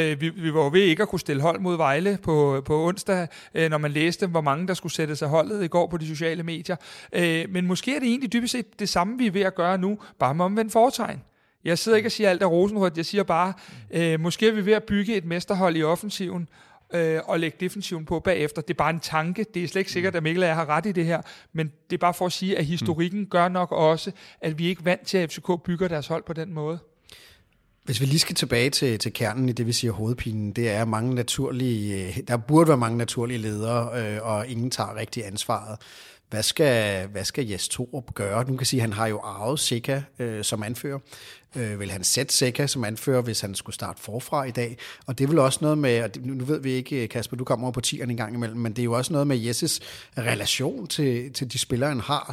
Vi var jo ved ikke at kunne stille hold mod Vejle på onsdag, når man læste, hvor mange der skulle sætte sig holdet i går på de sociale medier. Men måske er det egentlig dybest set det samme, vi er ved at gøre nu, bare med omvendt foretegn. Jeg sidder ikke og siger alt er rosenrødt, jeg siger bare, måske er vi ved at bygge et mesterhold i offensiven, og lægge defensiven på bagefter. Det er bare en tanke. Det er slet ikke sikkert, at Mikkel og jeg har ret i det her, men det er bare for at sige, at historikken gør nok også, at vi ikke er vant til, at FCK bygger deres hold på den måde. Hvis vi lige skal tilbage til kernen i det, vi siger hovedpinen, det er mange naturlige, der burde være mange naturlige ledere, og ingen tager rigtig ansvaret. Hvad skal Jes Torup gøre? Nu kan sige, at han har jo arvet Seca som anfører. Vil han sætte Seca som anfører, hvis han skulle starte forfra i dag? Og det er vel også noget med, og nu ved vi ikke, Kasper, du kommer over på tierne en gang imellem, men det er jo også noget med Jes' relation til de spillere, han har.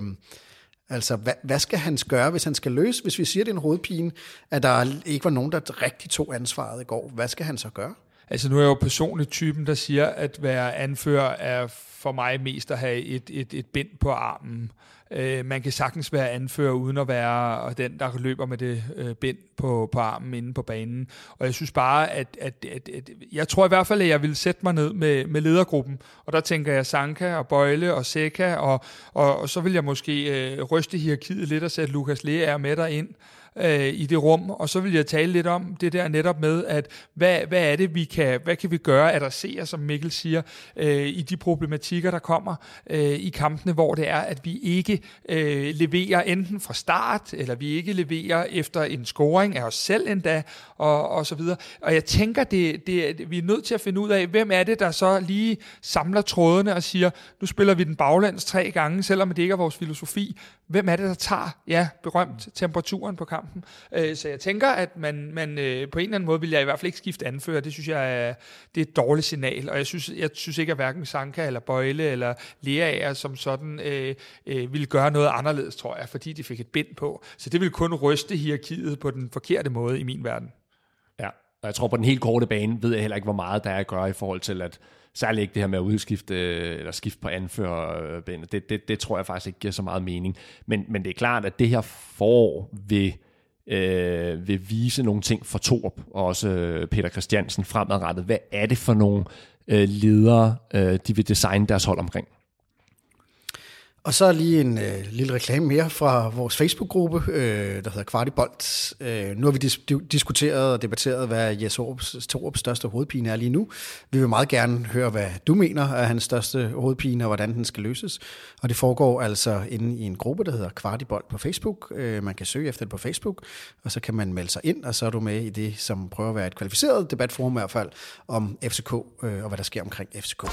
Altså, hvad skal han gøre, hvis han skal løse? Hvis vi siger, det er en hovedpine, at der ikke var nogen, der rigtig tog ansvaret i går. Hvad skal han så gøre? Altså, nu er jeg jo personligt typen, der siger, at være anfører er for mig mest at have et bind på armen. Man kan sagtens være anfører, uden at være den, der løber med det bind på armen inde på banen. Og jeg synes bare, at jeg tror i hvert fald, at jeg vil sætte mig ned med ledergruppen. Og der tænker jeg Sanka og Bøjle og Seca, og så vil jeg måske ryste hierarkiet lidt og sætte Lukas Leaer med derind i det rum, og så vil jeg tale lidt om det der netop med, at hvad er det, hvad kan vi gøre, adressere, som Mikkel siger, i de problematikker, der kommer i kampene, hvor det er, at vi ikke leverer enten fra start, eller vi ikke leverer efter en scoring af os selv endda, og så videre. Og jeg tænker, vi er nødt til at finde ud af, hvem er det, der så lige samler trådene og siger, nu spiller vi den baglæns 3 gange, selvom det ikke er vores filosofi. Hvem er det, der tager, berømt temperaturen på kampen? Så jeg tænker, at man på en eller anden måde vil jeg i hvert fald ikke skifte anfører. Det synes jeg det er et dårligt signal, og jeg synes ikke, at hverken Sanka eller Bøjle eller Leaer som sådan ville gøre noget anderledes, tror jeg, fordi de fik et bind på. Så det vil kun ryste hierarkiet på den forkerte måde i min verden. Ja, og jeg tror på den helt korte bane ved jeg heller ikke, hvor meget der er at gøre i forhold til at særligt ikke det her med at udskifte eller skifte på anførerbenet. Det tror jeg faktisk ikke giver så meget mening. Men det er klart, at det her forår vil vise nogle ting for Torup, og også Peter Christiansen fremadrettet. Hvad er det for nogle ledere, de vil designe deres hold omkring? Og så lige en lille reklame mere fra vores Facebook-gruppe, der hedder Kvart i Bold. Nu har vi diskuteret og debatteret, hvad Jes Torups største hovedpine er lige nu. Vi vil meget gerne høre, hvad du mener er hans største hovedpine, og hvordan den skal løses. Og det foregår altså inde i en gruppe, der hedder Kvart i Bold på Facebook. Man kan søge efter det på Facebook, og så kan man melde sig ind, og så er du med i det, som prøver at være et kvalificeret debatforum i hvert fald, om FCK og hvad der sker omkring FCK.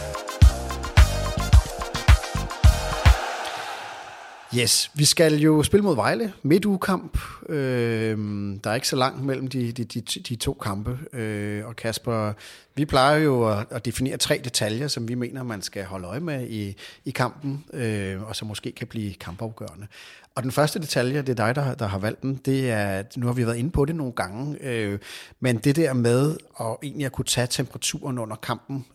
Yes, vi skal jo spille mod Vejle, midtugekamp. Der er ikke så langt mellem de to kampe. Og Kasper, vi plejer jo at definere 3 detaljer, som vi mener, man skal holde øje med i kampen, og som måske kan blive kampafgørende. Og den første detalje, det er dig, der har valgt den, det er, nu har vi været inde på det nogle gange, men det der med at kunne tage temperaturen under kampen,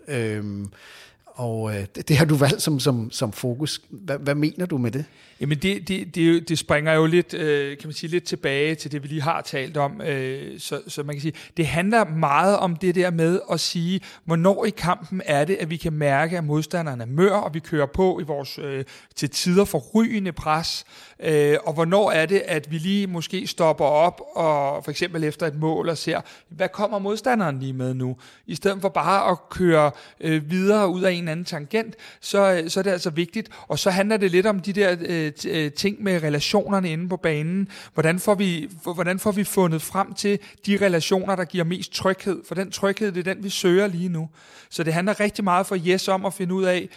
og det har du valgt som fokus. Hvad mener du med det? Jamen det springer jo lidt, kan man sige, lidt tilbage til det, vi lige har talt om. Så man kan sige, det handler meget om det der med at sige, hvornår i kampen er det, at vi kan mærke, at modstanderne er mør, og vi kører på i vores til tider forrygende pres. Og hvornår er det, at vi lige måske stopper op, og for eksempel efter et mål og ser, hvad kommer modstanderen lige med nu? I stedet for bare at køre videre ud af en anden tangent, så er det altså vigtigt. Og så handler det lidt om de der ting med relationerne inde på banen. Hvordan får vi fundet frem til de relationer, der giver mest tryghed? For den tryghed, det er den, vi søger lige nu. Så det handler rigtig meget for Jes om at finde ud af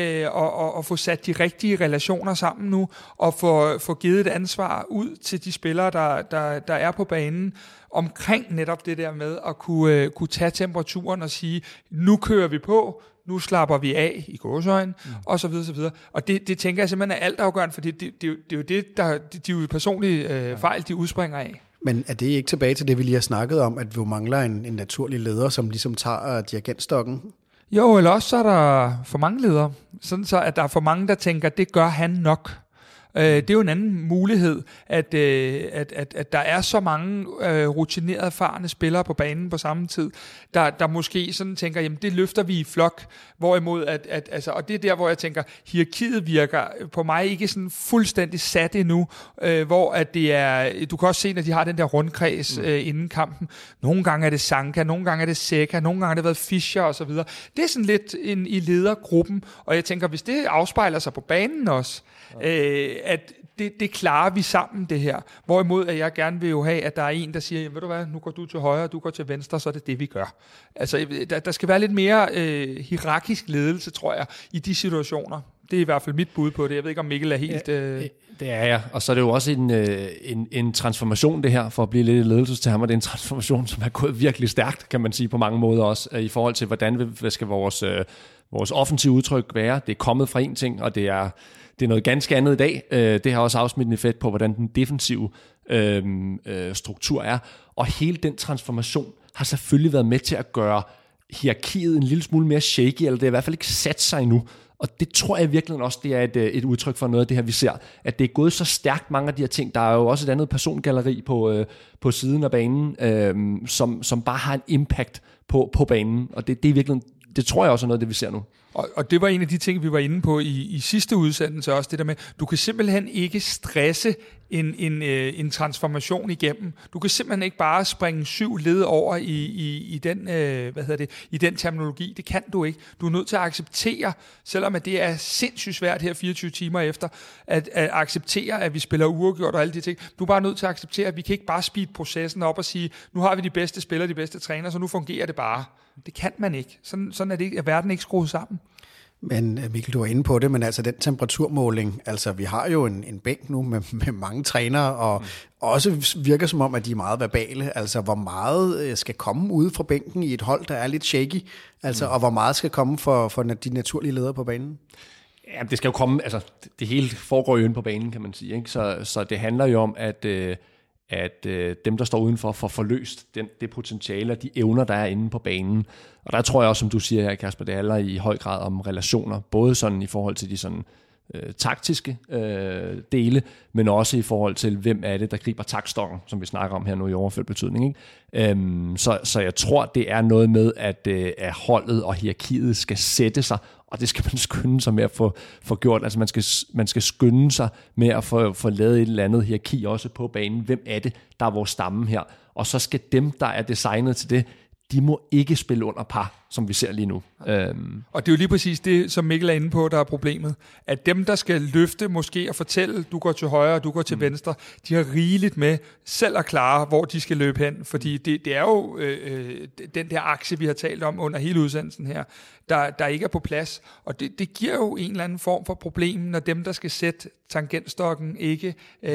og få sat de rigtige relationer sammen nu, og få givet et ansvar ud til de spillere, der er på banen, omkring netop det der med at kunne tage temperaturen og sige, nu kører vi på, nu slapper vi af i gåseøjne, og så videre, så videre. Og det tænker jeg simpelthen er altafgørende, for det er jo det, der de personlige fejl, de udspringer af. Men er det ikke tilbage til det, vi lige har snakket om, at vi mangler en naturlig leder, som ligesom tager dirigentstokken? Jo, eller også så er der for mange ledere, sådan så at der er for mange, der tænker, det gør han nok. Det er jo en anden mulighed, at der er så mange rutinerede, erfarne spillere på banen på samme tid, der måske sådan tænker, jamen det løfter vi i flok, hvorimod altså, og det er der, hvor jeg tænker, hierarkiet virker på mig ikke sådan fuldstændig sat endnu, hvor at det er, du kan også se, når de har den der rundkreds inden kampen, nogle gange er det Sanka, nogle gange er det Seca, nogle gange har det været Fischer og så videre. Det er sådan lidt i ledergruppen, og jeg tænker, hvis det afspejler sig på banen også, at det klarer vi sammen, det her. Hvorimod, at jeg gerne vil jo have, at der er en, der siger, jamen, ved du hvad, nu går du til højre, og du går til venstre, så er det det, vi gør. Altså, der skal være lidt mere hierarkisk ledelse, tror jeg, i de situationer. Det er i hvert fald mit bud på det. Jeg ved ikke, om Mikkel er helt... Det er jeg, og så er det jo også en transformation, det her, for at blive lidt i ledelsestermer. Det er en transformation, som er gået virkelig stærkt, kan man sige, på mange måder også, i forhold til, hvad skal vores offensive udtryk være. Det er kommet fra en ting, og det er noget ganske andet i dag. Det har også afsmittende effekt på, hvordan den defensive struktur er. Og hele den transformation har selvfølgelig været med til at gøre hierarkiet en lille smule mere shaky, eller det er i hvert fald ikke sat sig endnu. Og det tror jeg virkelig også, det er et udtryk for noget af det her, vi ser. At det er gået så stærkt, mange af de her ting. Der er jo også et andet persongalleri på siden af banen, som bare har en impact på banen. Og det er virkelig, det tror jeg også er noget af det, vi ser nu. Og det var en af de ting, vi var inde på i sidste udsendelse også, det der med, du kan simpelthen ikke stresse en transformation igennem. Du kan simpelthen ikke bare springe 7 led over i den, i den terminologi. Det kan du ikke. Du er nødt til at acceptere, selvom at det er sindssygt svært her 24 timer efter, at acceptere, at vi spiller uafgjort og alle de ting. Du er bare nødt til at acceptere, at vi kan ikke bare speede processen op og sige, nu har vi de bedste spillere, de bedste trænere, så nu fungerer det bare. Det kan man ikke. Sådan er det ikke, at verden ikke skruet sammen. Men Mikkel, du var inde på det, men altså den temperaturmåling, altså vi har jo en bænk nu med mange trænere, og også virker som om, at de er meget verbale. Altså hvor meget skal komme ude fra bænken i et hold, der er lidt shaky, altså, og hvor meget skal komme for de naturlige ledere på banen? Ja, det skal jo komme, altså det hele foregår jo inde på banen, kan man sige, ikke? Så det handler jo om, at dem, der står udenfor, får forløst det potentiale og de evner, der er inde på banen. Og der tror jeg også, som du siger her, Kasper, det handler i høj grad om relationer, både sådan i forhold til de sådan taktiske dele, men også i forhold til, hvem er det, der griber taktstokken, som vi snakker om her nu i overført betydning. Ikke? Så jeg tror, det er noget med, at holdet og hierarkiet skal sætte sig, og det skal man skynde sig med at få gjort. Altså man skal skynde sig med at få lavet et eller andet hierarki også på banen. Hvem er det, der er vores stamme her? Og så skal dem, der er designet til det, de må ikke spille under par, som vi ser lige nu. Og det er jo lige præcis det, som Mikkel er inde på, der er problemet. At dem, der skal løfte måske og fortælle, du går til højre og du går til venstre, de har rigeligt med selv at klare, hvor de skal løbe hen. Fordi det er jo den der akse, vi har talt om under hele udsendelsen her, der ikke er på plads. Og det giver jo en eller anden form for problem, når dem, der skal sætte tangentstokken, ikke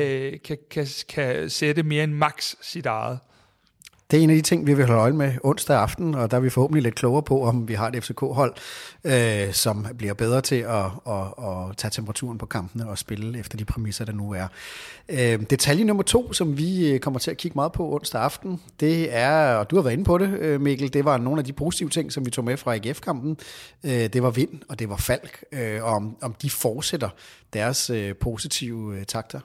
kan sætte mere end max sit eget. Det er en af de ting, vi vil holde øje med onsdag aften, og der er vi forhåbentlig lidt klogere på, om vi har et FCK-hold, som bliver bedre til at tage temperaturen på kampene og spille efter de præmisser, der nu er. Detalje nummer 2, som vi kommer til at kigge meget på onsdag aften, det er, og du har været inde på det, Mikkel, det var nogle af de positive ting, som vi tog med fra AGF-kampen. Det var Vind, og det var Falk, og om de fortsætter deres positive takter.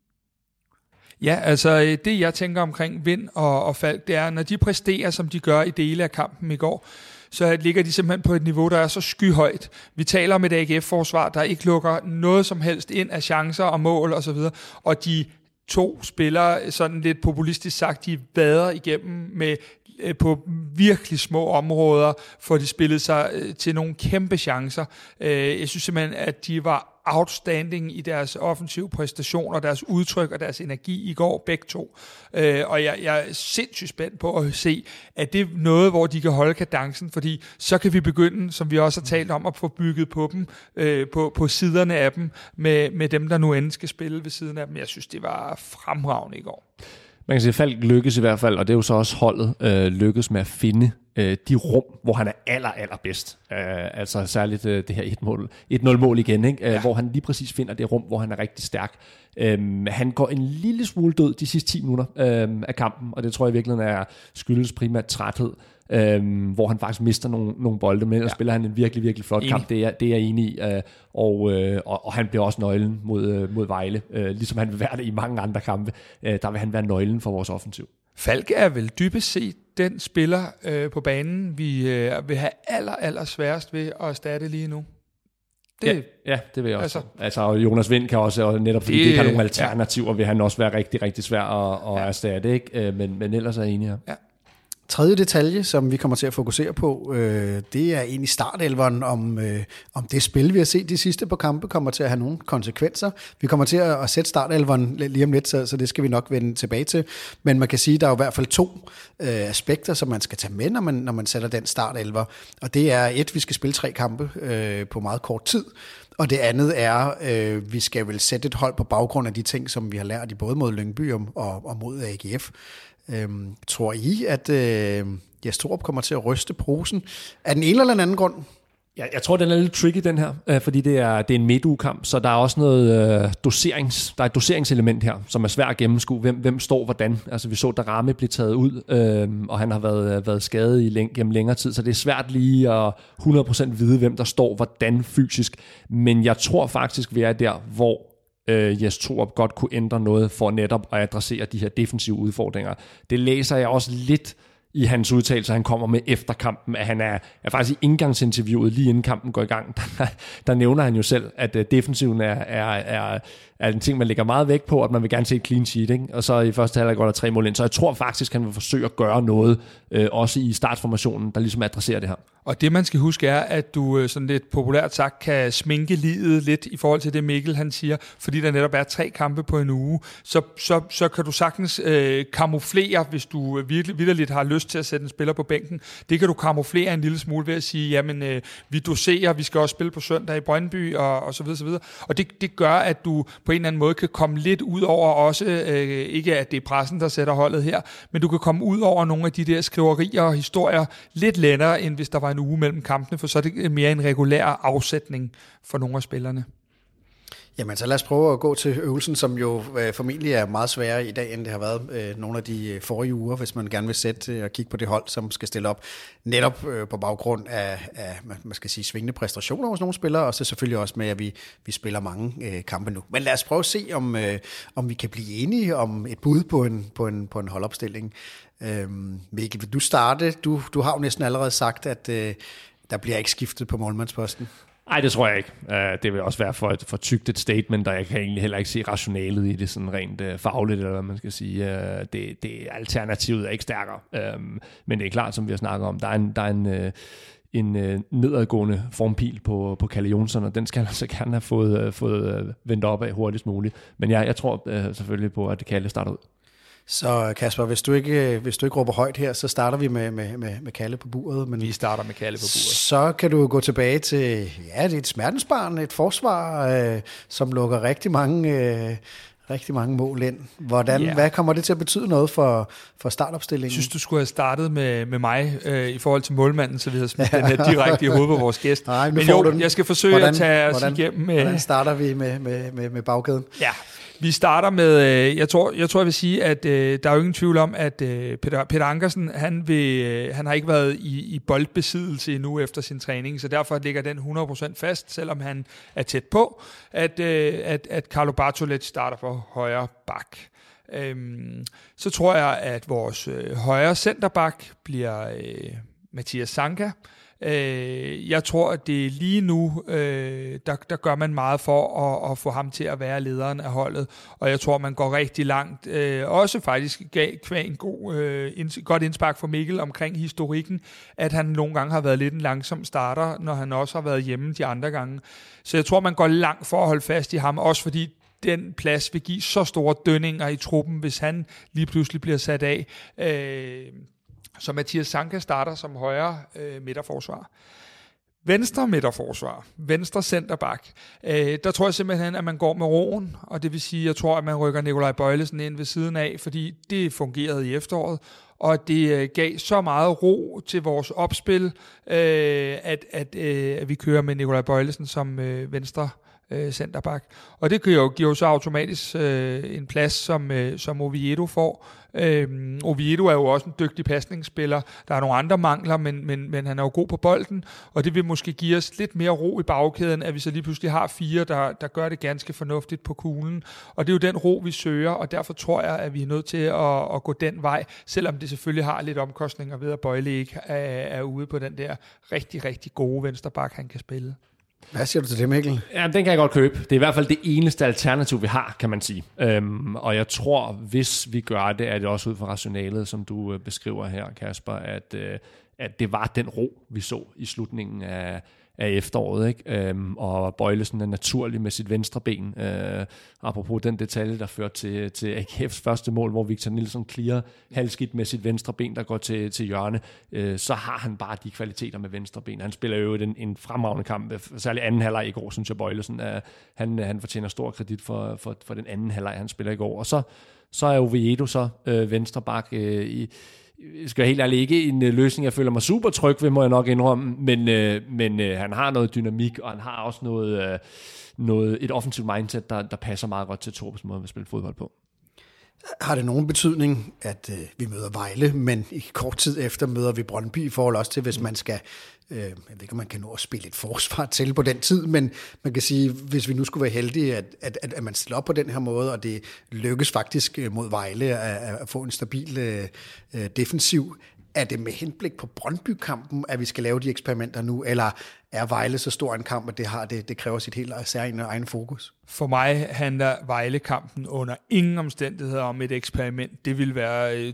Ja, altså det jeg tænker omkring Vind og Falk, det er, når de præsterer, som de gør i dele af kampen i går, så ligger de simpelthen på et niveau, der er så skyhøjt. Vi taler om et AGF-forsvar, der ikke lukker noget som helst ind af chancer og mål osv., og de 2 spillere, sådan lidt populistisk sagt, de vader igennem med på virkelig små områder, for de spillede sig til nogle kæmpe chancer. Jeg synes simpelthen, at de var outstanding i deres offensive præstationer, deres udtryk og deres energi i går, begge 2. Og jeg er sindssygt spændt på at se, at det er noget, hvor de kan holde kadencen, fordi så kan vi begynde, som vi også har talt om, at få bygget på dem, på siderne af dem, med dem, der nu endelig skal spille ved siden af dem. Jeg synes, det var fremragende i går. Man kan sige, at Falk lykkes i hvert fald, og det er jo så også holdet lykkes med at finde de rum, hvor han er allerbedst. Altså særligt det her 1-0-mål igen, ikke? Ja. Hvor han lige præcis finder det rum, hvor han er rigtig stærk. Han går en lille smule død de sidste 10 minutter af kampen, og det tror jeg virkelig skyldes primært træthed, hvor han faktisk mister nogle bolde, men ellers spiller han en virkelig, virkelig flot kamp. Det er jeg enig i, og han bliver også nøglen mod Vejle, ligesom han vil være det i mange andre kampe. Der vil han være nøglen for vores offensiv. Falk er vel dybest set den spiller på banen, vi vil have aller sværest ved at erstatte lige nu. Ja, det vil jeg også. Altså Jonas Vind kan også, og netop fordi det ikke har nogle alternativer, vil han også være rigtig, rigtig svær at erstatte, ikke? Men ellers er jeg enig her. Ja. Tredje detalje, som vi kommer til at fokusere på, det er egentlig startelveren, om det spil, vi har set de sidste par kampe, kommer til at have nogle konsekvenser. Vi kommer til at sætte startelveren lige om lidt, så det skal vi nok vende tilbage til. Men man kan sige, at der er jo i hvert fald 2 aspekter, som man skal tage med, når man sætter den startelver. Og det er 1, vi skal spille 3 kampe på meget kort tid. Og det andet er, vi skal vel sætte et hold på baggrund af de ting, som vi har lært i både mod Lyngby og mod AGF. Tror I, at Jes Torup kommer til at ryste posen af den ene eller den anden grund? Jeg tror, den er lidt tricky, den her, fordi det er en midtugekamp, så der er også noget der er et doseringselement her, som er svært at gennemskue. Hvem står hvordan? Altså, vi så Darame blive taget ud, og han har været skadet gennem længere tid, så det er svært lige at 100% vide, hvem der står hvordan fysisk. Men jeg tror faktisk, vi er der, hvor Jes Torup godt kunne ændre noget for netop at adressere de her defensive udfordringer. Det læser jeg også lidt i hans udtalelser, han kommer med efter kampen, at han er faktisk i indgangsinterviewet, lige inden kampen går i gang, der nævner han jo selv, at defensiven er en ting, man lægger meget vægt på, at man vil gerne se et clean sheet, ikke? Og så i første halvleg går der 3 mål ind, så jeg tror faktisk, han vil forsøge at gøre noget, også i startformationen, der ligesom adresserer det her. Og det man skal huske er, at du sådan lidt populært sagt kan sminke livet lidt i forhold til det Mikkel han siger, fordi der netop er 3 kampe på en uge, så kan du sagtens kamuflere, hvis du virkelig har lyst til at sætte en spiller på bænken. Det kan du kamuflere en lille smule ved at sige, jamen vi doserer, vi skal også spille på søndag i Brøndby og så videre, så videre. Og det gør, at du på en eller anden måde kan komme lidt ud over også, ikke at det er pressen, der sætter holdet her, men du kan komme ud over nogle af de der skriverier og historier lidt lettere, end hvis der var en uge mellem kampene, for så er det mere en regulær afsætning for nogle af spillerne. Jamen, så lad os prøve at gå til øvelsen, som jo formentlig er meget sværere i dag, end det har været nogle af de forrige uger, hvis man gerne vil sætte og kigge på det hold, som skal stille op. Netop på baggrund af man skal sige, svingende præstationer hos nogle spillere, og så selvfølgelig også med, at vi spiller mange kampe nu. Men lad os prøve at se, om vi kan blive enige om et bud på en holdopstilling. Mikkel, vil du starte? Du har jo næsten allerede sagt, at der bliver ikke skiftet på målmandsposten. Nej, det tror jeg ikke. Det vil også være for tykt et statement, og jeg kan egentlig heller ikke se rationalet i det sådan rent fagligt, eller hvad man skal sige. Det alternativet er ikke stærkere. Men det er klart, som vi har snakket om, der er en nedadgående formpil på Kalle Jonsson, og den skal altså gerne have fået vendt op af hurtigst muligt. Men jeg tror selvfølgelig på, at Kalle starter ud. Så Kasper, hvis du ikke råber højt her, så starter vi med Kalle på buret. Men vi starter med Kalle på buret. Så kan du gå tilbage til, det er et smertensbarn, et forsvar, som lukker rigtig mange mål ind. Hvad kommer det til at betyde noget for startopstillingen? Jeg synes, du skulle have startet med mig i forhold til målmanden, så vi havde smidt den her direkte i hovedet på vores gæst. Nej, men jo, jeg skal forsøge at tage os igennem. Hvordan starter vi med bagkæden? Ja, vi starter med, jeg vil sige, at der er jo ingen tvivl om, at Peter Ankersen, han har ikke været i boldbesiddelse endnu efter sin træning, så derfor ligger den 100% fast, selvom han er tæt på, at Carlo Bartolec starter for højre bak. Så tror jeg, at vores højre centerback bliver Mathias Sanka. Jeg tror, at det lige nu, der gør man meget for at få ham til at være lederen af holdet, og jeg tror, man går rigtig langt. Også faktisk gav en godt indspark for Mikkel omkring historikken, at han nogle gange har været lidt en langsom starter, når han også har været hjemme de andre gange. Så jeg tror, man går langt for at holde fast i ham, også fordi den plads vil give så store dønninger i truppen, hvis han lige pludselig bliver sat af. Så Mathias Sanka starter som højre midterforsvar. Venstre midterforsvar, venstre centerback. Der tror jeg simpelthen, at man går med roen, og det vil sige, jeg tror, at man rykker Nikolaj Bøjlesen ind ved siden af, fordi det fungerede i efteråret, og det gav så meget ro til vores opspil, at vi kører med Nikolaj Bøjlesen som venstre centerback. Og det giver jo så automatisk en plads, som Oviedo får. Oviedo er jo også en dygtig pasningsspiller. Der er nogle andre mangler, men han er jo god på bolden, og det vil måske give os lidt mere ro i bagkæden, at vi så lige pludselig har 4, der gør det ganske fornuftigt på kuglen. Og det er jo den ro, vi søger, og derfor tror jeg, at vi er nødt til at gå den vej, selvom det selvfølgelig har lidt omkostninger ved, at Bøjle ikke er ude på den der rigtig, rigtig gode vensterbak, han kan spille. Hvad siger du til det, Mikkel? Ja, den kan jeg godt købe. Det er i hvert fald det eneste alternativ, vi har, kan man sige. Og jeg tror, hvis vi gør det, er det også ud fra rationalet, som du beskriver her, Kasper, at det var den ro, vi så i slutningen af efteråret, ikke? Og Bøjlesen er naturlig med sit venstre ben. Apropos den detalje, der førte til AGF's første mål, hvor Victor Nilsson clearer halvskidt med sit venstre ben, der går til hjørne, så har han bare de kvaliteter med venstre ben. Han spiller jo en fremragende kamp, særlig anden halvleg i går, synes jeg, Bøjlesen. Han fortjener stor kredit for den anden halvleg, han spiller i går. Og så er Oviedo så venstre bak skal jeg helt ærligt ikke en løsning, jeg føler mig super tryg ved, må jeg nok indrømme, men han har noget dynamik, og han har også et offensivt mindset, der passer meget godt til Torbes måde at spille fodbold på. Har det nogen betydning, at vi møder Vejle, men i kort tid efter møder vi Brøndby i forhold også til, hvis man skal, jeg ved ikke, om man kan nå at spille et forsvar til på den tid, men man kan sige, hvis vi nu skulle være heldige, at man stiller op på den her måde, og det lykkes faktisk mod Vejle at få en stabil defensiv, er det med henblik på Brøndby-kampen, at vi skal lave de eksperimenter nu, eller er Vejle så stor en kamp, at det kræver sit helt særlige egen fokus? For mig handler Vejle-kampen under ingen omstændigheder om et eksperiment. Det vil være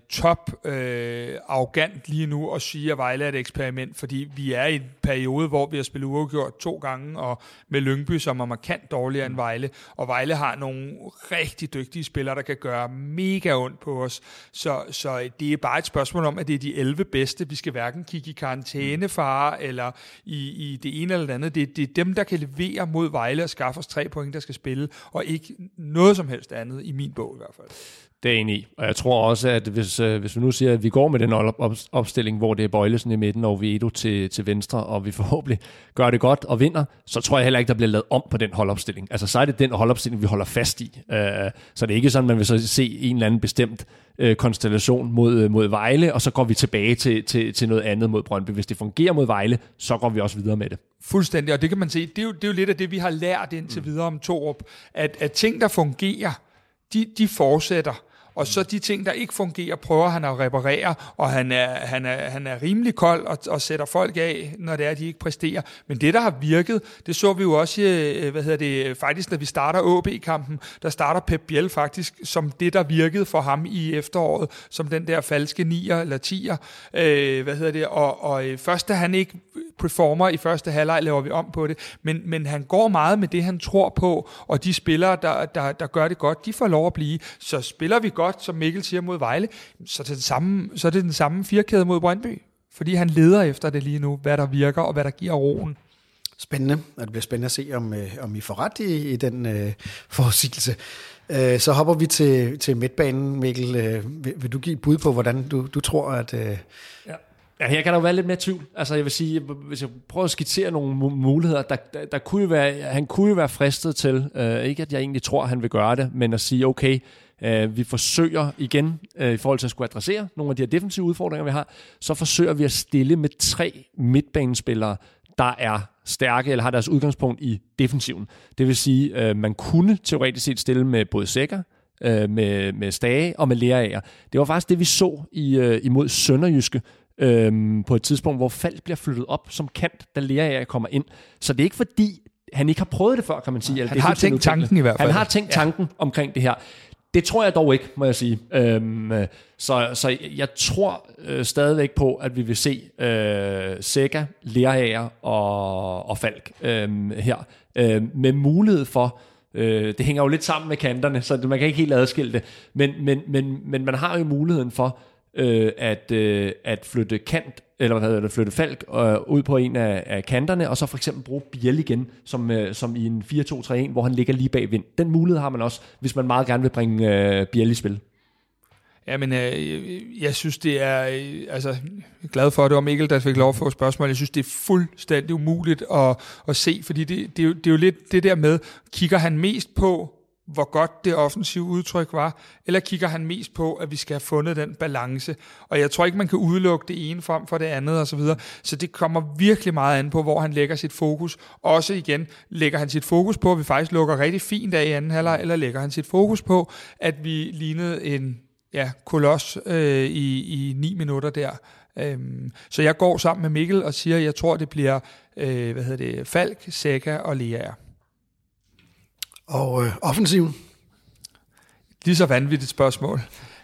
arrogant lige nu at sige, at Vejle er et eksperiment, fordi vi er i en periode, hvor vi har spillet uafgjort 2 gange, og med Lyngby, som er markant dårligere end Vejle. Og Vejle har nogle rigtig dygtige spillere, der kan gøre mega ondt på os. Så det er bare et spørgsmål om, at det er de 11 bedste. Vi skal hverken kigge i karantænefare eller i det ene eller det andet. Det er dem, der kan levere mod Vejle og skaffe os 3 point, der skal spille, og ikke noget som helst andet, i min bog i hvert fald. Det er enig i. Og jeg tror også, at hvis vi nu siger, at vi går med den opstilling, hvor det er Bøjlesen i midten og Oviedo til venstre, og vi forhåbentlig gør det godt og vinder, så tror jeg heller ikke, der bliver lavet om på den holdopstilling. Altså så er det den holdopstilling, vi holder fast i. Så det er ikke sådan, man vil så se en eller anden bestemt konstellation mod Vejle, og så går vi tilbage til noget andet mod Brøndby. Hvis det fungerer mod Vejle, så går vi også videre med det. Fuldstændig, og det kan man se, det er jo lidt af det, vi har lært indtil videre om Thorup, at ting, der fungerer, de fortsætter. Og så de ting, der ikke fungerer, prøver han at reparere, og han er rimelig kold og sætter folk af, når det er, de ikke præsterer. Men det, der har virket, det så vi jo også, faktisk, når vi starter AB-kampen, der starter Pep Biel faktisk som det, der virkede for ham i efteråret, som den der falske 9'er eller 10'er. Og først, da han ikke performer i første halvleg, laver vi om på det. Men han går meget med det, han tror på, og de spillere, der gør det godt, de får lov at blive. Så spiller vi godt, som Mikkel siger, mod Vejle, så er det den samme firkæde mod Brøndby. Fordi han leder efter det lige nu, hvad der virker og hvad der giver roen. Spændende, og det bliver spændende at se, om I får ret i den forudsigelse. Så hopper vi til midtbanen, Mikkel. Vil du give et bud på, hvordan du tror, at... Ja, her kan der jo være lidt mere tvivl. Altså jeg vil sige, hvis jeg prøver at skitsere nogle muligheder, der kunne jo være, han kunne jo være fristet til, ikke at jeg egentlig tror, han vil gøre det, men at sige, okay, vi forsøger igen, i forhold til at skulle adressere nogle af de her defensive udfordringer, vi har, så forsøger vi at stille med 3 midtbanespillere, der er stærke, eller har deres udgangspunkt i defensiven. Det vil sige, man kunne teoretisk set stille med både Sækker, med Stage og med Lerager. Det var faktisk det, vi så imod Sønderjyske, på et tidspunkt, hvor Falk bliver flyttet op som kant, da Lerager kommer ind. Så det er ikke fordi, han ikke har prøvet det før, kan man sige. Han har tænkt tanken i hvert fald. Han har tænkt tanken omkring det her. Det tror jeg dog ikke, må jeg sige. Så jeg tror stadigvæk på, at vi vil se Sækker, Lerager og Falk her. Med mulighed for, det hænger jo lidt sammen med kanterne, så man kan ikke helt adskille det. Men man har jo muligheden for, at flytte kant, eller flytte Falk ud på en af kanterne, og så for eksempel bruge Biel igen, som i en 4-2-3-1, hvor han ligger lige bagvind. Den mulighed har man også, hvis man meget gerne vil bringe Biel i spil. Ja, men jeg synes, det er... jeg er glad for, at det var Mikkel, der fik lov at få spørgsmål. Jeg synes, det er fuldstændig umuligt at se, fordi det er jo lidt det der med, kigger han mest på, hvor godt det offensive udtryk var, eller kigger han mest på, at vi skal have fundet den balance. Og jeg tror ikke, man kan udelukke det ene frem for det andet og så videre. Så det kommer virkelig meget an på, hvor han lægger sit fokus. Også igen, lægger han sit fokus på, at vi faktisk lukker rigtig fint af i anden halvleg, eller lægger han sit fokus på, at vi lignede en kolos i 9 minutter der. Så jeg går sammen med Mikkel og siger, at jeg tror, det bliver Falk, Sækker og Lerager. Og offensiven? Lige så vanvittigt spørgsmål.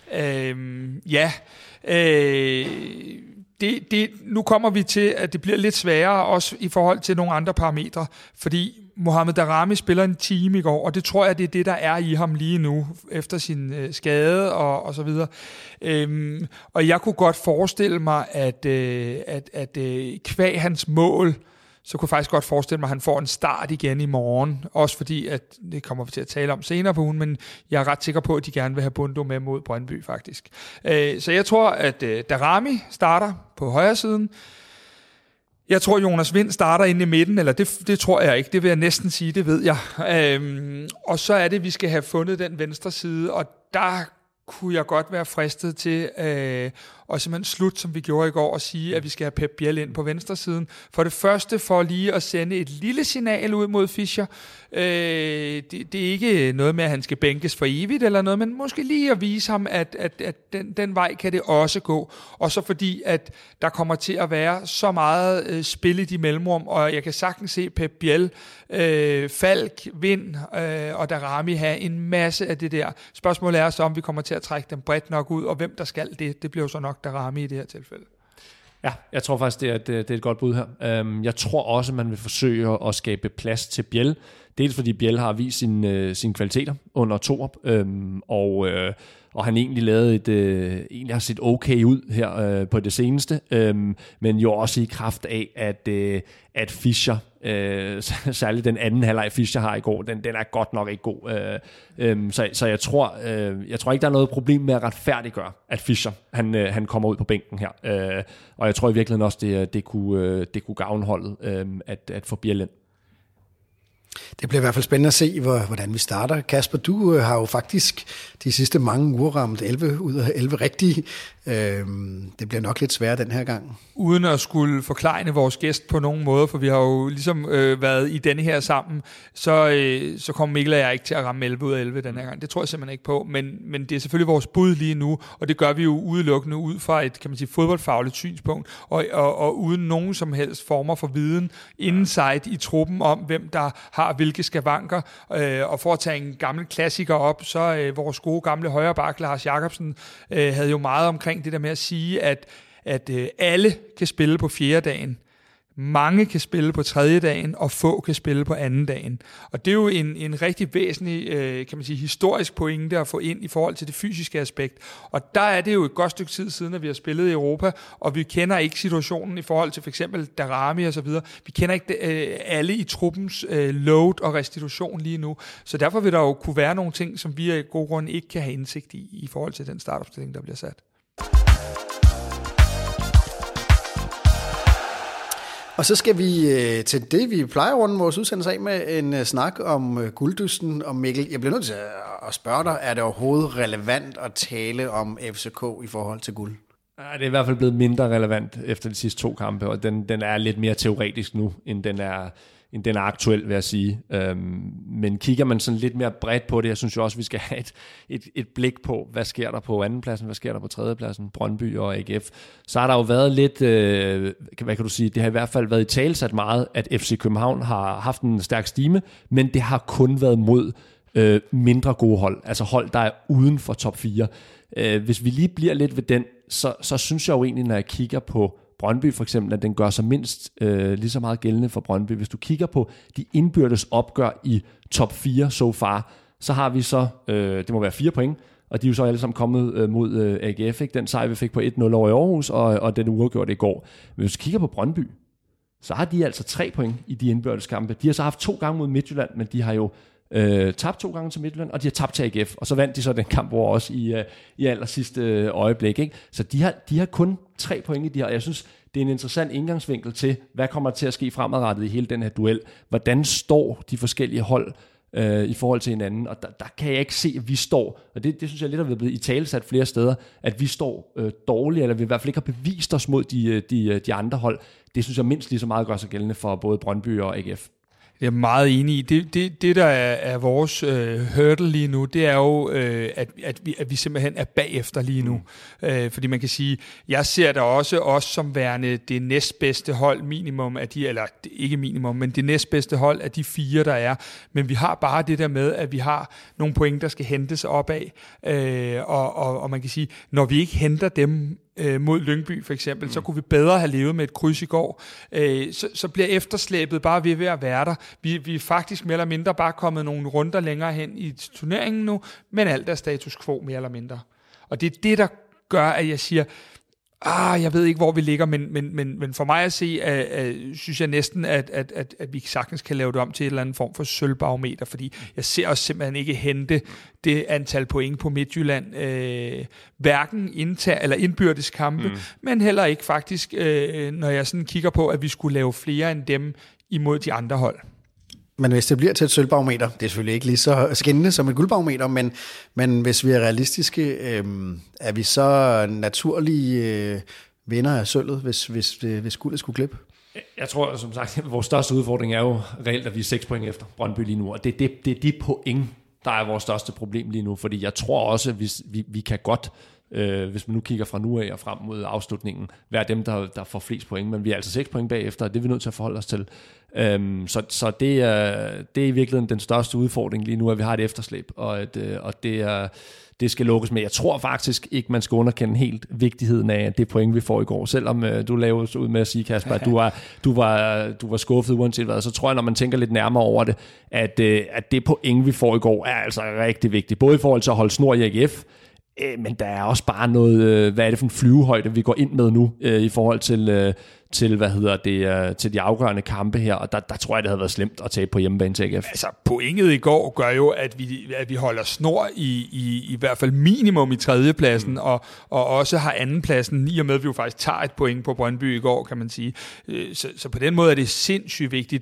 Nu kommer vi til, at det bliver lidt sværere, også i forhold til nogle andre parametre, fordi Mohamed Daramy spiller en time i går, og det tror jeg, det er det, der er i ham lige nu, efter sin skade og så videre. Og jeg kunne godt forestille mig, at kvæg hans mål, så kunne jeg faktisk godt forestille mig, at han får en start igen i morgen. Også fordi, at det kommer vi til at tale om senere på ugen, men jeg er ret sikker på, at de gerne vil have Bundo med mod Brøndby faktisk. Så jeg tror, at Daramy starter på højre siden. Jeg tror, Jonas Vind starter inde i midten, eller det tror jeg ikke. Det vil jeg næsten sige, det ved jeg. Og så er det, at vi skal have fundet den venstre side, og der kunne jeg godt være fristet til og simpelthen slut, som vi gjorde i går, og sige, at vi skal have Pep Biel ind på venstre siden. For det første, for lige at sende et lille signal ud mod Fischer. Det er ikke noget med, at han skal bænkes for evigt eller noget, men måske lige at vise ham, at den vej kan det også gå. Og så fordi, at der kommer til at være så meget spil i de mellemrum, og jeg kan sagtens se Pep Biel, Falk, Vind og Daramy have en masse af det der. Spørgsmålet er så, om vi kommer til at trække dem bredt nok ud, og hvem der skal det. Det bliver jo så nok Daramy i det her tilfælde. Ja, jeg tror faktisk, det er et godt bud her. Jeg tror også, man vil forsøge at skabe plads til Biel. Dels fordi Biel har vist sine kvaliteter under Thorup, og han egentlig har set okay ud her på det seneste, men jo også i kraft af, at Fischer, særligt den anden halvleg Fischer har i går, den er godt nok ikke god. Så jeg tror ikke, der er noget problem med at retfærdiggøre, at Fischer han kommer ud på bænken her. Og jeg tror i virkeligheden også, det kunne gavne holdet at få Biel ind. Det bliver i hvert fald spændende at se, hvordan vi starter. Kasper, du har jo faktisk de sidste mange uger ramt 11 ud af 11 rigtige. Det bliver nok lidt sværere den her gang. Uden at skulle forklejne vores gæst på nogen måde, for vi har jo ligesom været i denne her sammen, så kommer Mikkel og jeg ikke til at ramme 11 ud af 11 den her gang. Det tror jeg simpelthen ikke på, men det er selvfølgelig vores bud lige nu, og det gør vi jo udelukkende ud fra et, kan man sige, fodboldfagligt synspunkt, og uden nogen som helst former for viden insight i truppen om, hvem der har hvilke skavanker, og for at tage en gammel klassiker op, så vores gode gamle højreback, Lars Jacobsen, havde jo meget omkring det der med at sige, at alle kan spille på 4. dagen, mange kan spille på 3. dagen, og få kan spille på 2. dagen. Og det er jo en rigtig væsentlig, kan man sige, historisk pointe at få ind i forhold til det fysiske aspekt. Og der er det jo et godt stykke tid siden, at vi har spillet i Europa, og vi kender ikke situationen i forhold til for eksempel Darami og så videre. Vi kender ikke alle i truppens load og restitution lige nu. Så derfor vil der jo kunne være nogle ting, som vi af god grund ikke kan have indsigt i forhold til den startopstilling, der bliver sat. Og så skal vi til det, vi plejer at runde vores udsendelse af med en snak om gulddysten. Og Mikkel, jeg bliver nødt til at spørge dig, er det overhovedet relevant at tale om FCK i forhold til guld? Det er i hvert fald blevet mindre relevant efter de sidste 2 kampe, og den er lidt mere teoretisk nu, end den er aktuel, vil jeg sige. Men kigger man sådan lidt mere bredt på det, jeg synes jo også, vi skal have et blik på, hvad sker der på 2. pladsen, hvad sker der på 3. pladsen, Brøndby og AGF. Så har der jo været lidt, hvad kan du sige, det har i hvert fald været i talsat meget, at FC København har haft en stærk stime, men det har kun været mod mindre gode hold, altså hold, der er uden for top 4. Hvis vi lige bliver lidt ved den, så synes jeg jo egentlig, når jeg kigger på Brøndby for eksempel, at den gør sig mindst lige så meget gældende for Brøndby. Hvis du kigger på de indbyrdes opgør i top 4 so far, så har vi så, det må være 4 point, og de er jo så alle sammen kommet mod AGF, ikke? Den sejr, vi fik på 1-0 over i Aarhus, og den uafgjorte i går. Men hvis du kigger på Brøndby, så har de altså 3 point i de indbyrdes kampe. De har så haft 2 gange mod Midtjylland, men de har jo tabt 2 gange til Midtjylland, og de har tabt til AGF, og så vandt de så den kamp, hvor også i aller sidste øjeblik. Ikke? Så de har kun 3 point i de her, og jeg synes, det er en interessant indgangsvinkel til, hvad kommer til at ske fremadrettet i hele den her duel. Hvordan står de forskellige hold i forhold til hinanden, og der kan jeg ikke se, at vi står, og det synes jeg lidt er blevet italesat flere steder, at vi står dårligt, eller vi i hvert fald ikke har bevist os mod de andre hold. Det synes jeg mindst lige så meget gør sig gældende for både Brøndby og AGF. Jeg er meget enig i. Det der er vores hurdle lige nu, det er jo, at vi simpelthen er bagefter lige nu. Fordi man kan sige, jeg ser da også os som værende det næstbedste hold minimum af de, eller ikke minimum, men det næstbedste hold af de 4, der er. Men vi har bare det der med, at vi har nogle point, der skal hentes opad. Og man kan sige, når vi ikke henter dem mod Lyngby for eksempel, så kunne vi bedre have levet med et kryds i går. Så bliver efterslæbet bare ved at være der. Vi er faktisk mere eller mindre bare kommet nogle runder længere hen i turneringen nu, men alt er status quo mere eller mindre. Og det er det, der gør, at jeg siger, jeg ved ikke, hvor vi ligger, men for mig at se, synes jeg næsten, at vi sagtens kan lave det om til et eller andet form for sølvbarometer, fordi jeg ser også simpelthen ikke hente det antal point på Midtjylland, hverken indbyrdes kampe, men heller ikke faktisk, når jeg sådan kigger på, at vi skulle lave flere end dem imod de andre hold. Men hvis det bliver til et sølvbarometer, det er selvfølgelig ikke lige så skinnende som et guldbarometer, men hvis vi er realistiske, er vi så naturlige vinder af sølvet, hvis guldet skulle glippe? Jeg tror, som sagt, at vores største udfordring er jo reelt, at vi er 6 point efter Brøndby lige nu, og det er de point, der er vores største problem lige nu, fordi jeg tror også, at vi kan godt, hvis man nu kigger fra nu af og frem mod afslutningen, være dem, der får flest point, men vi er altså 6 point bagefter, og det er vi nødt til at forholde os til. Så det er i virkeligheden den største udfordring lige nu, at vi har et efterslæb, og det skal lukkes med. Jeg tror faktisk ikke, man skal underkende helt vigtigheden af det point, vi får i går. Selvom du laver så ud med at sige, Kasper, at du var skuffet uanset hvad, så tror jeg, når man tænker lidt nærmere over det, at det point, vi får i går, er altså rigtig vigtigt. Både i forhold til at holde snor i AGF, Men der er også bare noget, hvad er det for en flyvehøjde, vi går ind med nu, i forhold til til de afgørende kampe her, og der tror jeg, det havde været slemt at tabe på hjemmebane til AGF. Altså, pointet i går gør jo, at vi holder snor i hvert fald minimum i tredjepladsen, og også har andenpladsen, i og med, at vi jo faktisk tager et point på Brøndby i går, kan man sige. Så på den måde er det sindssygt vigtigt,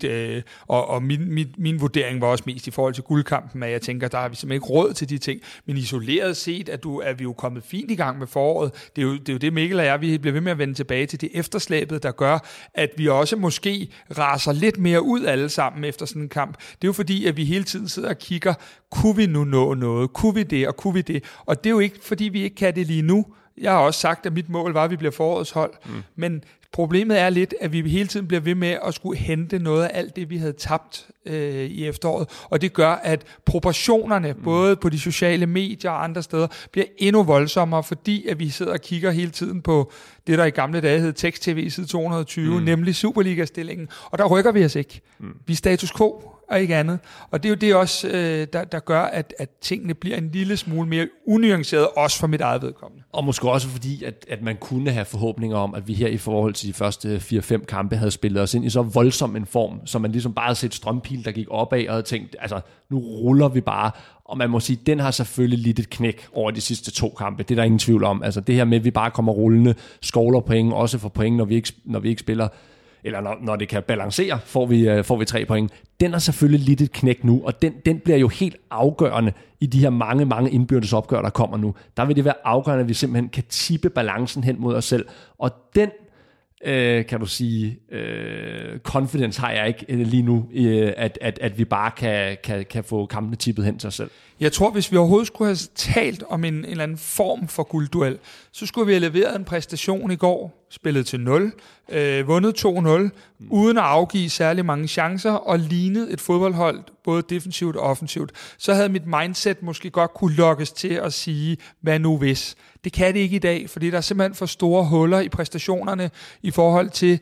og min vurdering var også mest i forhold til guldkampen, at jeg tænker, der har vi simpelthen ikke råd til de ting, men isoleret set, er vi jo kommet fint i gang med foråret. Det er jo det, Mikkel og jeg, vi bliver ved med at vende tilbage til det efterslæbet, der gør, at vi også måske raser lidt mere ud alle sammen efter sådan en kamp. Det er jo fordi, at vi hele tiden sidder og kigger, kunne vi nu nå noget? Kunne vi det, og kunne vi det? Og det er jo ikke, fordi vi ikke kan det lige nu. Jeg har også sagt, at mit mål var, at vi bliver forårets hold. Men problemet er lidt, at vi hele tiden bliver ved med at skulle hente noget af alt det, vi havde tabt i efteråret. Og det gør, at proportionerne, både på de sociale medier og andre steder, bliver endnu voldsommere, fordi at vi sidder og kigger hele tiden på det, der i gamle dage hed tekst-tv i side 220, nemlig Superliga-stillingen. Og der rykker vi os ikke. Vi er status quo og ikke andet. Og det er jo det også, der gør, at tingene bliver en lille smule mere unuanceret, også for mit eget vedkommende. Og måske også fordi, at man kunne have forhåbninger om, at vi her i forhold til de første 4-5 kampe havde spillet os ind i så voldsom en form, så man ligesom bare havde set strømpil, der gik opad, og havde tænkt, altså nu ruller vi bare. Og man må sige, den har selvfølgelig lidt et knæk over de sidste 2 kampe. Det er der ingen tvivl om. Altså det her med, at vi bare kommer rullende, skovler point, også for point, når vi ikke spiller, eller når det kan balancere, får vi 3 point. Den er selvfølgelig lidt et knæk nu, og den bliver jo helt afgørende i de her mange indbyrdes opgør, der kommer nu. Der vil det være afgørende, at vi simpelthen kan tippe balancen hen mod os selv. Og den, kan du sige, confidence har jeg ikke lige nu, at vi bare kan få kampene tippet hen til os selv. Jeg tror, hvis vi overhovedet skulle have talt om en eller anden form for guldduel, så skulle vi have leveret en præstation i går, spillet til 0, vundet 2-0, uden at afgive særlig mange chancer, og lignet et fodboldhold, både defensivt og offensivt. Så havde mit mindset måske godt kunne lokkes til at sige, hvad nu hvis? Det kan det ikke i dag, fordi der er simpelthen for store huller i præstationerne i forhold til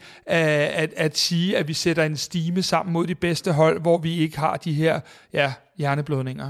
at sige, at vi sætter en stime sammen mod de bedste hold, hvor vi ikke har de her hjerneblødninger.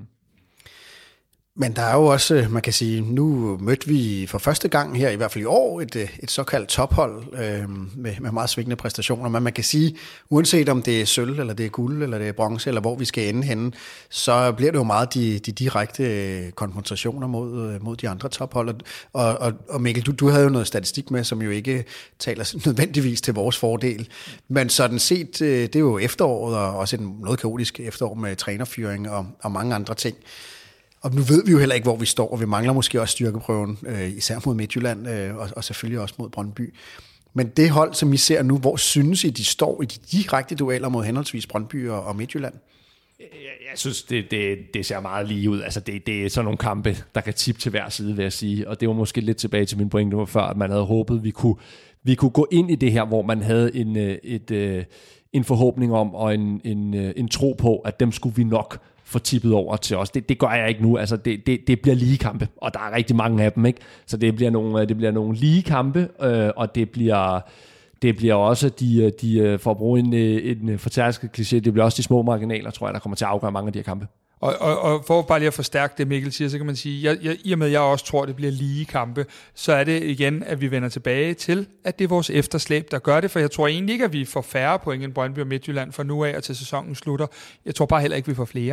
Men der er jo også, man kan sige, nu mødte vi for første gang her, i hvert fald i år, et såkaldt tophold med meget svingende præstationer. Men man kan sige, uanset om det er sølv, eller det er guld, eller det er bronze, eller hvor vi skal ende henne, så bliver det jo meget de direkte konfrontationer mod de andre tophold. Og Mikkel, du havde jo noget statistik med, som jo ikke taler nødvendigvis til vores fordel. Men sådan set, det er jo efteråret, og også en noget kaotisk efterår med trænerfyring og mange andre ting. Og nu ved vi jo heller ikke, hvor vi står, og vi mangler måske også styrkeprøven, især mod Midtjylland, og selvfølgelig også mod Brøndby. Men det hold, som I ser nu, hvor synes I, de står i de direkte dueller mod henholdsvis Brøndby og Midtjylland? Jeg synes, det ser meget lige ud. Altså, det er sådan nogle kampe, der kan tippe til hver side, vil jeg sige. Og det var måske lidt tilbage til min pointe før, at man havde håbet, vi kunne gå ind i det her, hvor man havde en forhåbning om, og en tro på, at dem skulle vi nok få tippet over til os. Det gør jeg ikke nu. Altså, det bliver lige kampe, og der er rigtig mange af dem, ikke? Så det bliver nogle lige kampe, og det bliver også de for at bruge en fortærsket kliché, det bliver også de små marginaler, tror jeg, der kommer til at afgøre mange af de her kampe. Og for bare lige at forstærke det, Mikkel siger, så kan man sige, i og med, at jeg også tror, det bliver lige kampe, så er det igen, at vi vender tilbage til, at det er vores efterslæb, der gør det, for jeg tror egentlig ikke, at vi får færre point end Brøndby og Midtjylland fra nu af og til sæsonen slutter. Jeg tror bare heller ikke, vi får flere.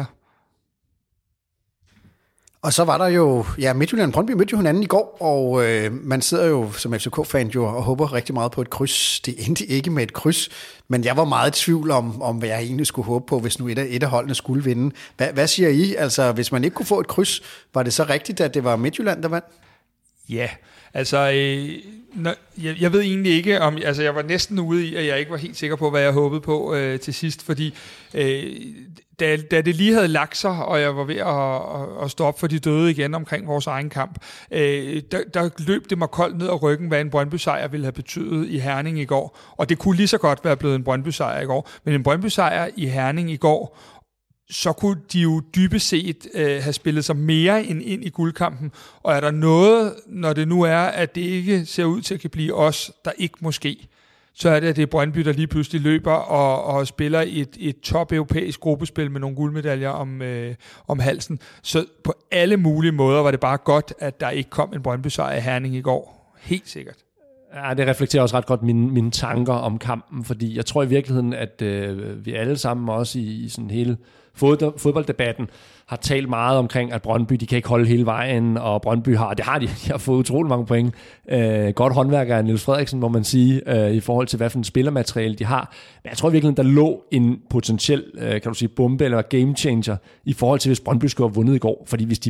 Og så var der jo, Midtjylland og Brøndby mødte jo hinanden i går, og man sidder jo som FCK-fan jo og håber rigtig meget på et kryds. Det endte ikke med et kryds, men jeg var meget i tvivl om hvad jeg egentlig skulle håbe på, hvis nu et af holdene skulle vinde. Hvad siger I? Altså, hvis man ikke kunne få et kryds, var det så rigtigt, at det var Midtjylland, der vandt? Ja, altså, jeg ved egentlig ikke om, altså jeg var næsten ude i, at jeg ikke var helt sikker på, hvad jeg håbede på til sidst, fordi da det lige havde lagt sig, og jeg var ved at stå op for de døde igen omkring vores egen kamp, der løb det mig koldt ned ad ryggen, hvad en Brøndby-sejr ville have betydet i Herning i går. Og det kunne lige så godt være blevet en Brøndby-sejr i går, men en Brøndby-sejr i Herning i går, så kunne de jo dybest set have spillet sig mere ind i guldkampen. Og er der noget, når det nu er, at det ikke ser ud til at kan blive os, der ikke måske, så er det, at det er Brøndby, der lige pludselig løber og spiller et top-europæisk gruppespil med nogle guldmedaljer om halsen. Så på alle mulige måder var det bare godt, at der ikke kom en Brøndby-sejr i Herning i går. Helt sikkert. Ja, det reflekterer også ret godt mine tanker om kampen, fordi jeg tror i virkeligheden, at vi alle sammen også i sådan hele fodbolddebatten har talt meget omkring, at Brøndby, de kan ikke holde hele vejen, og Brøndby de har fået utrolig mange point. Godt håndværk af Niels Frederiksen, må man sige, i forhold til, hvad for en spillermateriale de har. Men jeg tror virkelig, der lå en potentiel, kan du sige, bombe eller game changer, i forhold til, hvis Brøndby skulle have vundet i går. Fordi hvis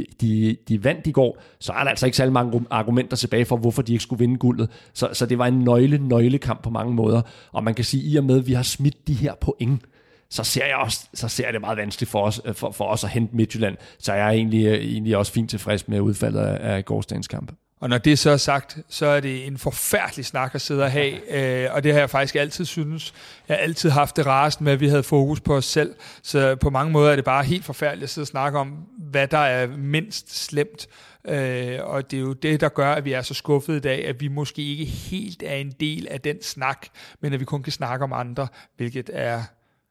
de vandt i går, så er der altså ikke særlig mange argumenter tilbage for, hvorfor de ikke skulle vinde guldet. Så det var en nøglekamp på mange måder. Og man kan sige, i og med, at vi har smidt de her point, så ser jeg det meget vanskeligt for os at hente Midtjylland. Så jeg er egentlig også fint tilfreds med udfaldet af gårsdagens kamp. Og når det så er sagt, så er det en forfærdelig snak at sidde og have, og det har jeg faktisk altid synes. Jeg har altid haft det rarest med, at vi havde fokus på os selv, så på mange måder er det bare helt forfærdeligt at sidde og snakke om, hvad der er mindst slemt. Og det er jo det, der gør, at vi er så skuffede i dag, at vi måske ikke helt er en del af den snak, men at vi kun kan snakke om andre, hvilket er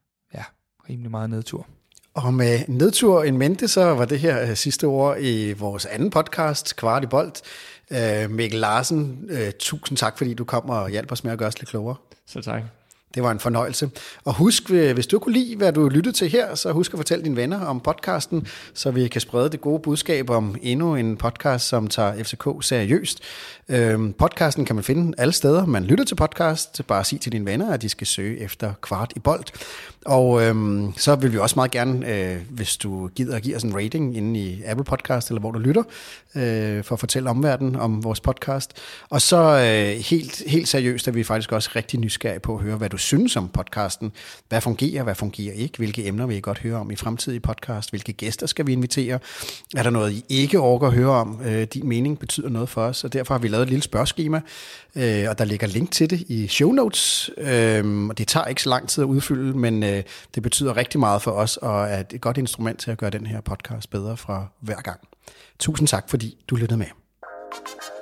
rimelig meget nedtur. Og med nedtur in mente, så var det her sidste ord i vores anden podcast, Kvart i Bold. Mikkel Larsen, tusind tak, fordi du kom og hjalp os med at gøre os lidt klogere. Så tak. Det var en fornøjelse. Og husk, hvis du kunne lide, hvad du lyttede til her, så husk at fortælle dine venner om podcasten, så vi kan sprede det gode budskab om endnu en podcast, som tager FCK seriøst. Podcasten kan man finde alle steder, man lytter til podcast. Bare sig til dine venner, at de skal søge efter Kvart i Bold. Og så vil vi også meget gerne, hvis du gider at give os en rating inde i Apple Podcast, eller hvor du lytter, for at fortælle omverdenen om vores podcast. Og så helt seriøst er vi faktisk også rigtig nysgerrige på at høre, hvad du synes om podcasten. Hvad fungerer ikke? Hvilke emner vil I godt høre om i fremtidige podcast? Hvilke gæster skal vi invitere? Er der noget, I ikke orker at høre om? Din mening betyder noget for os, og derfor har vi lavet et lille spørgeskema, og der ligger link til det i show notes. Og det tager ikke så lang tid at udfylde, men det betyder rigtig meget for os, og er et godt instrument til at gøre den her podcast bedre fra hver gang. Tusind tak, fordi du lyttede med.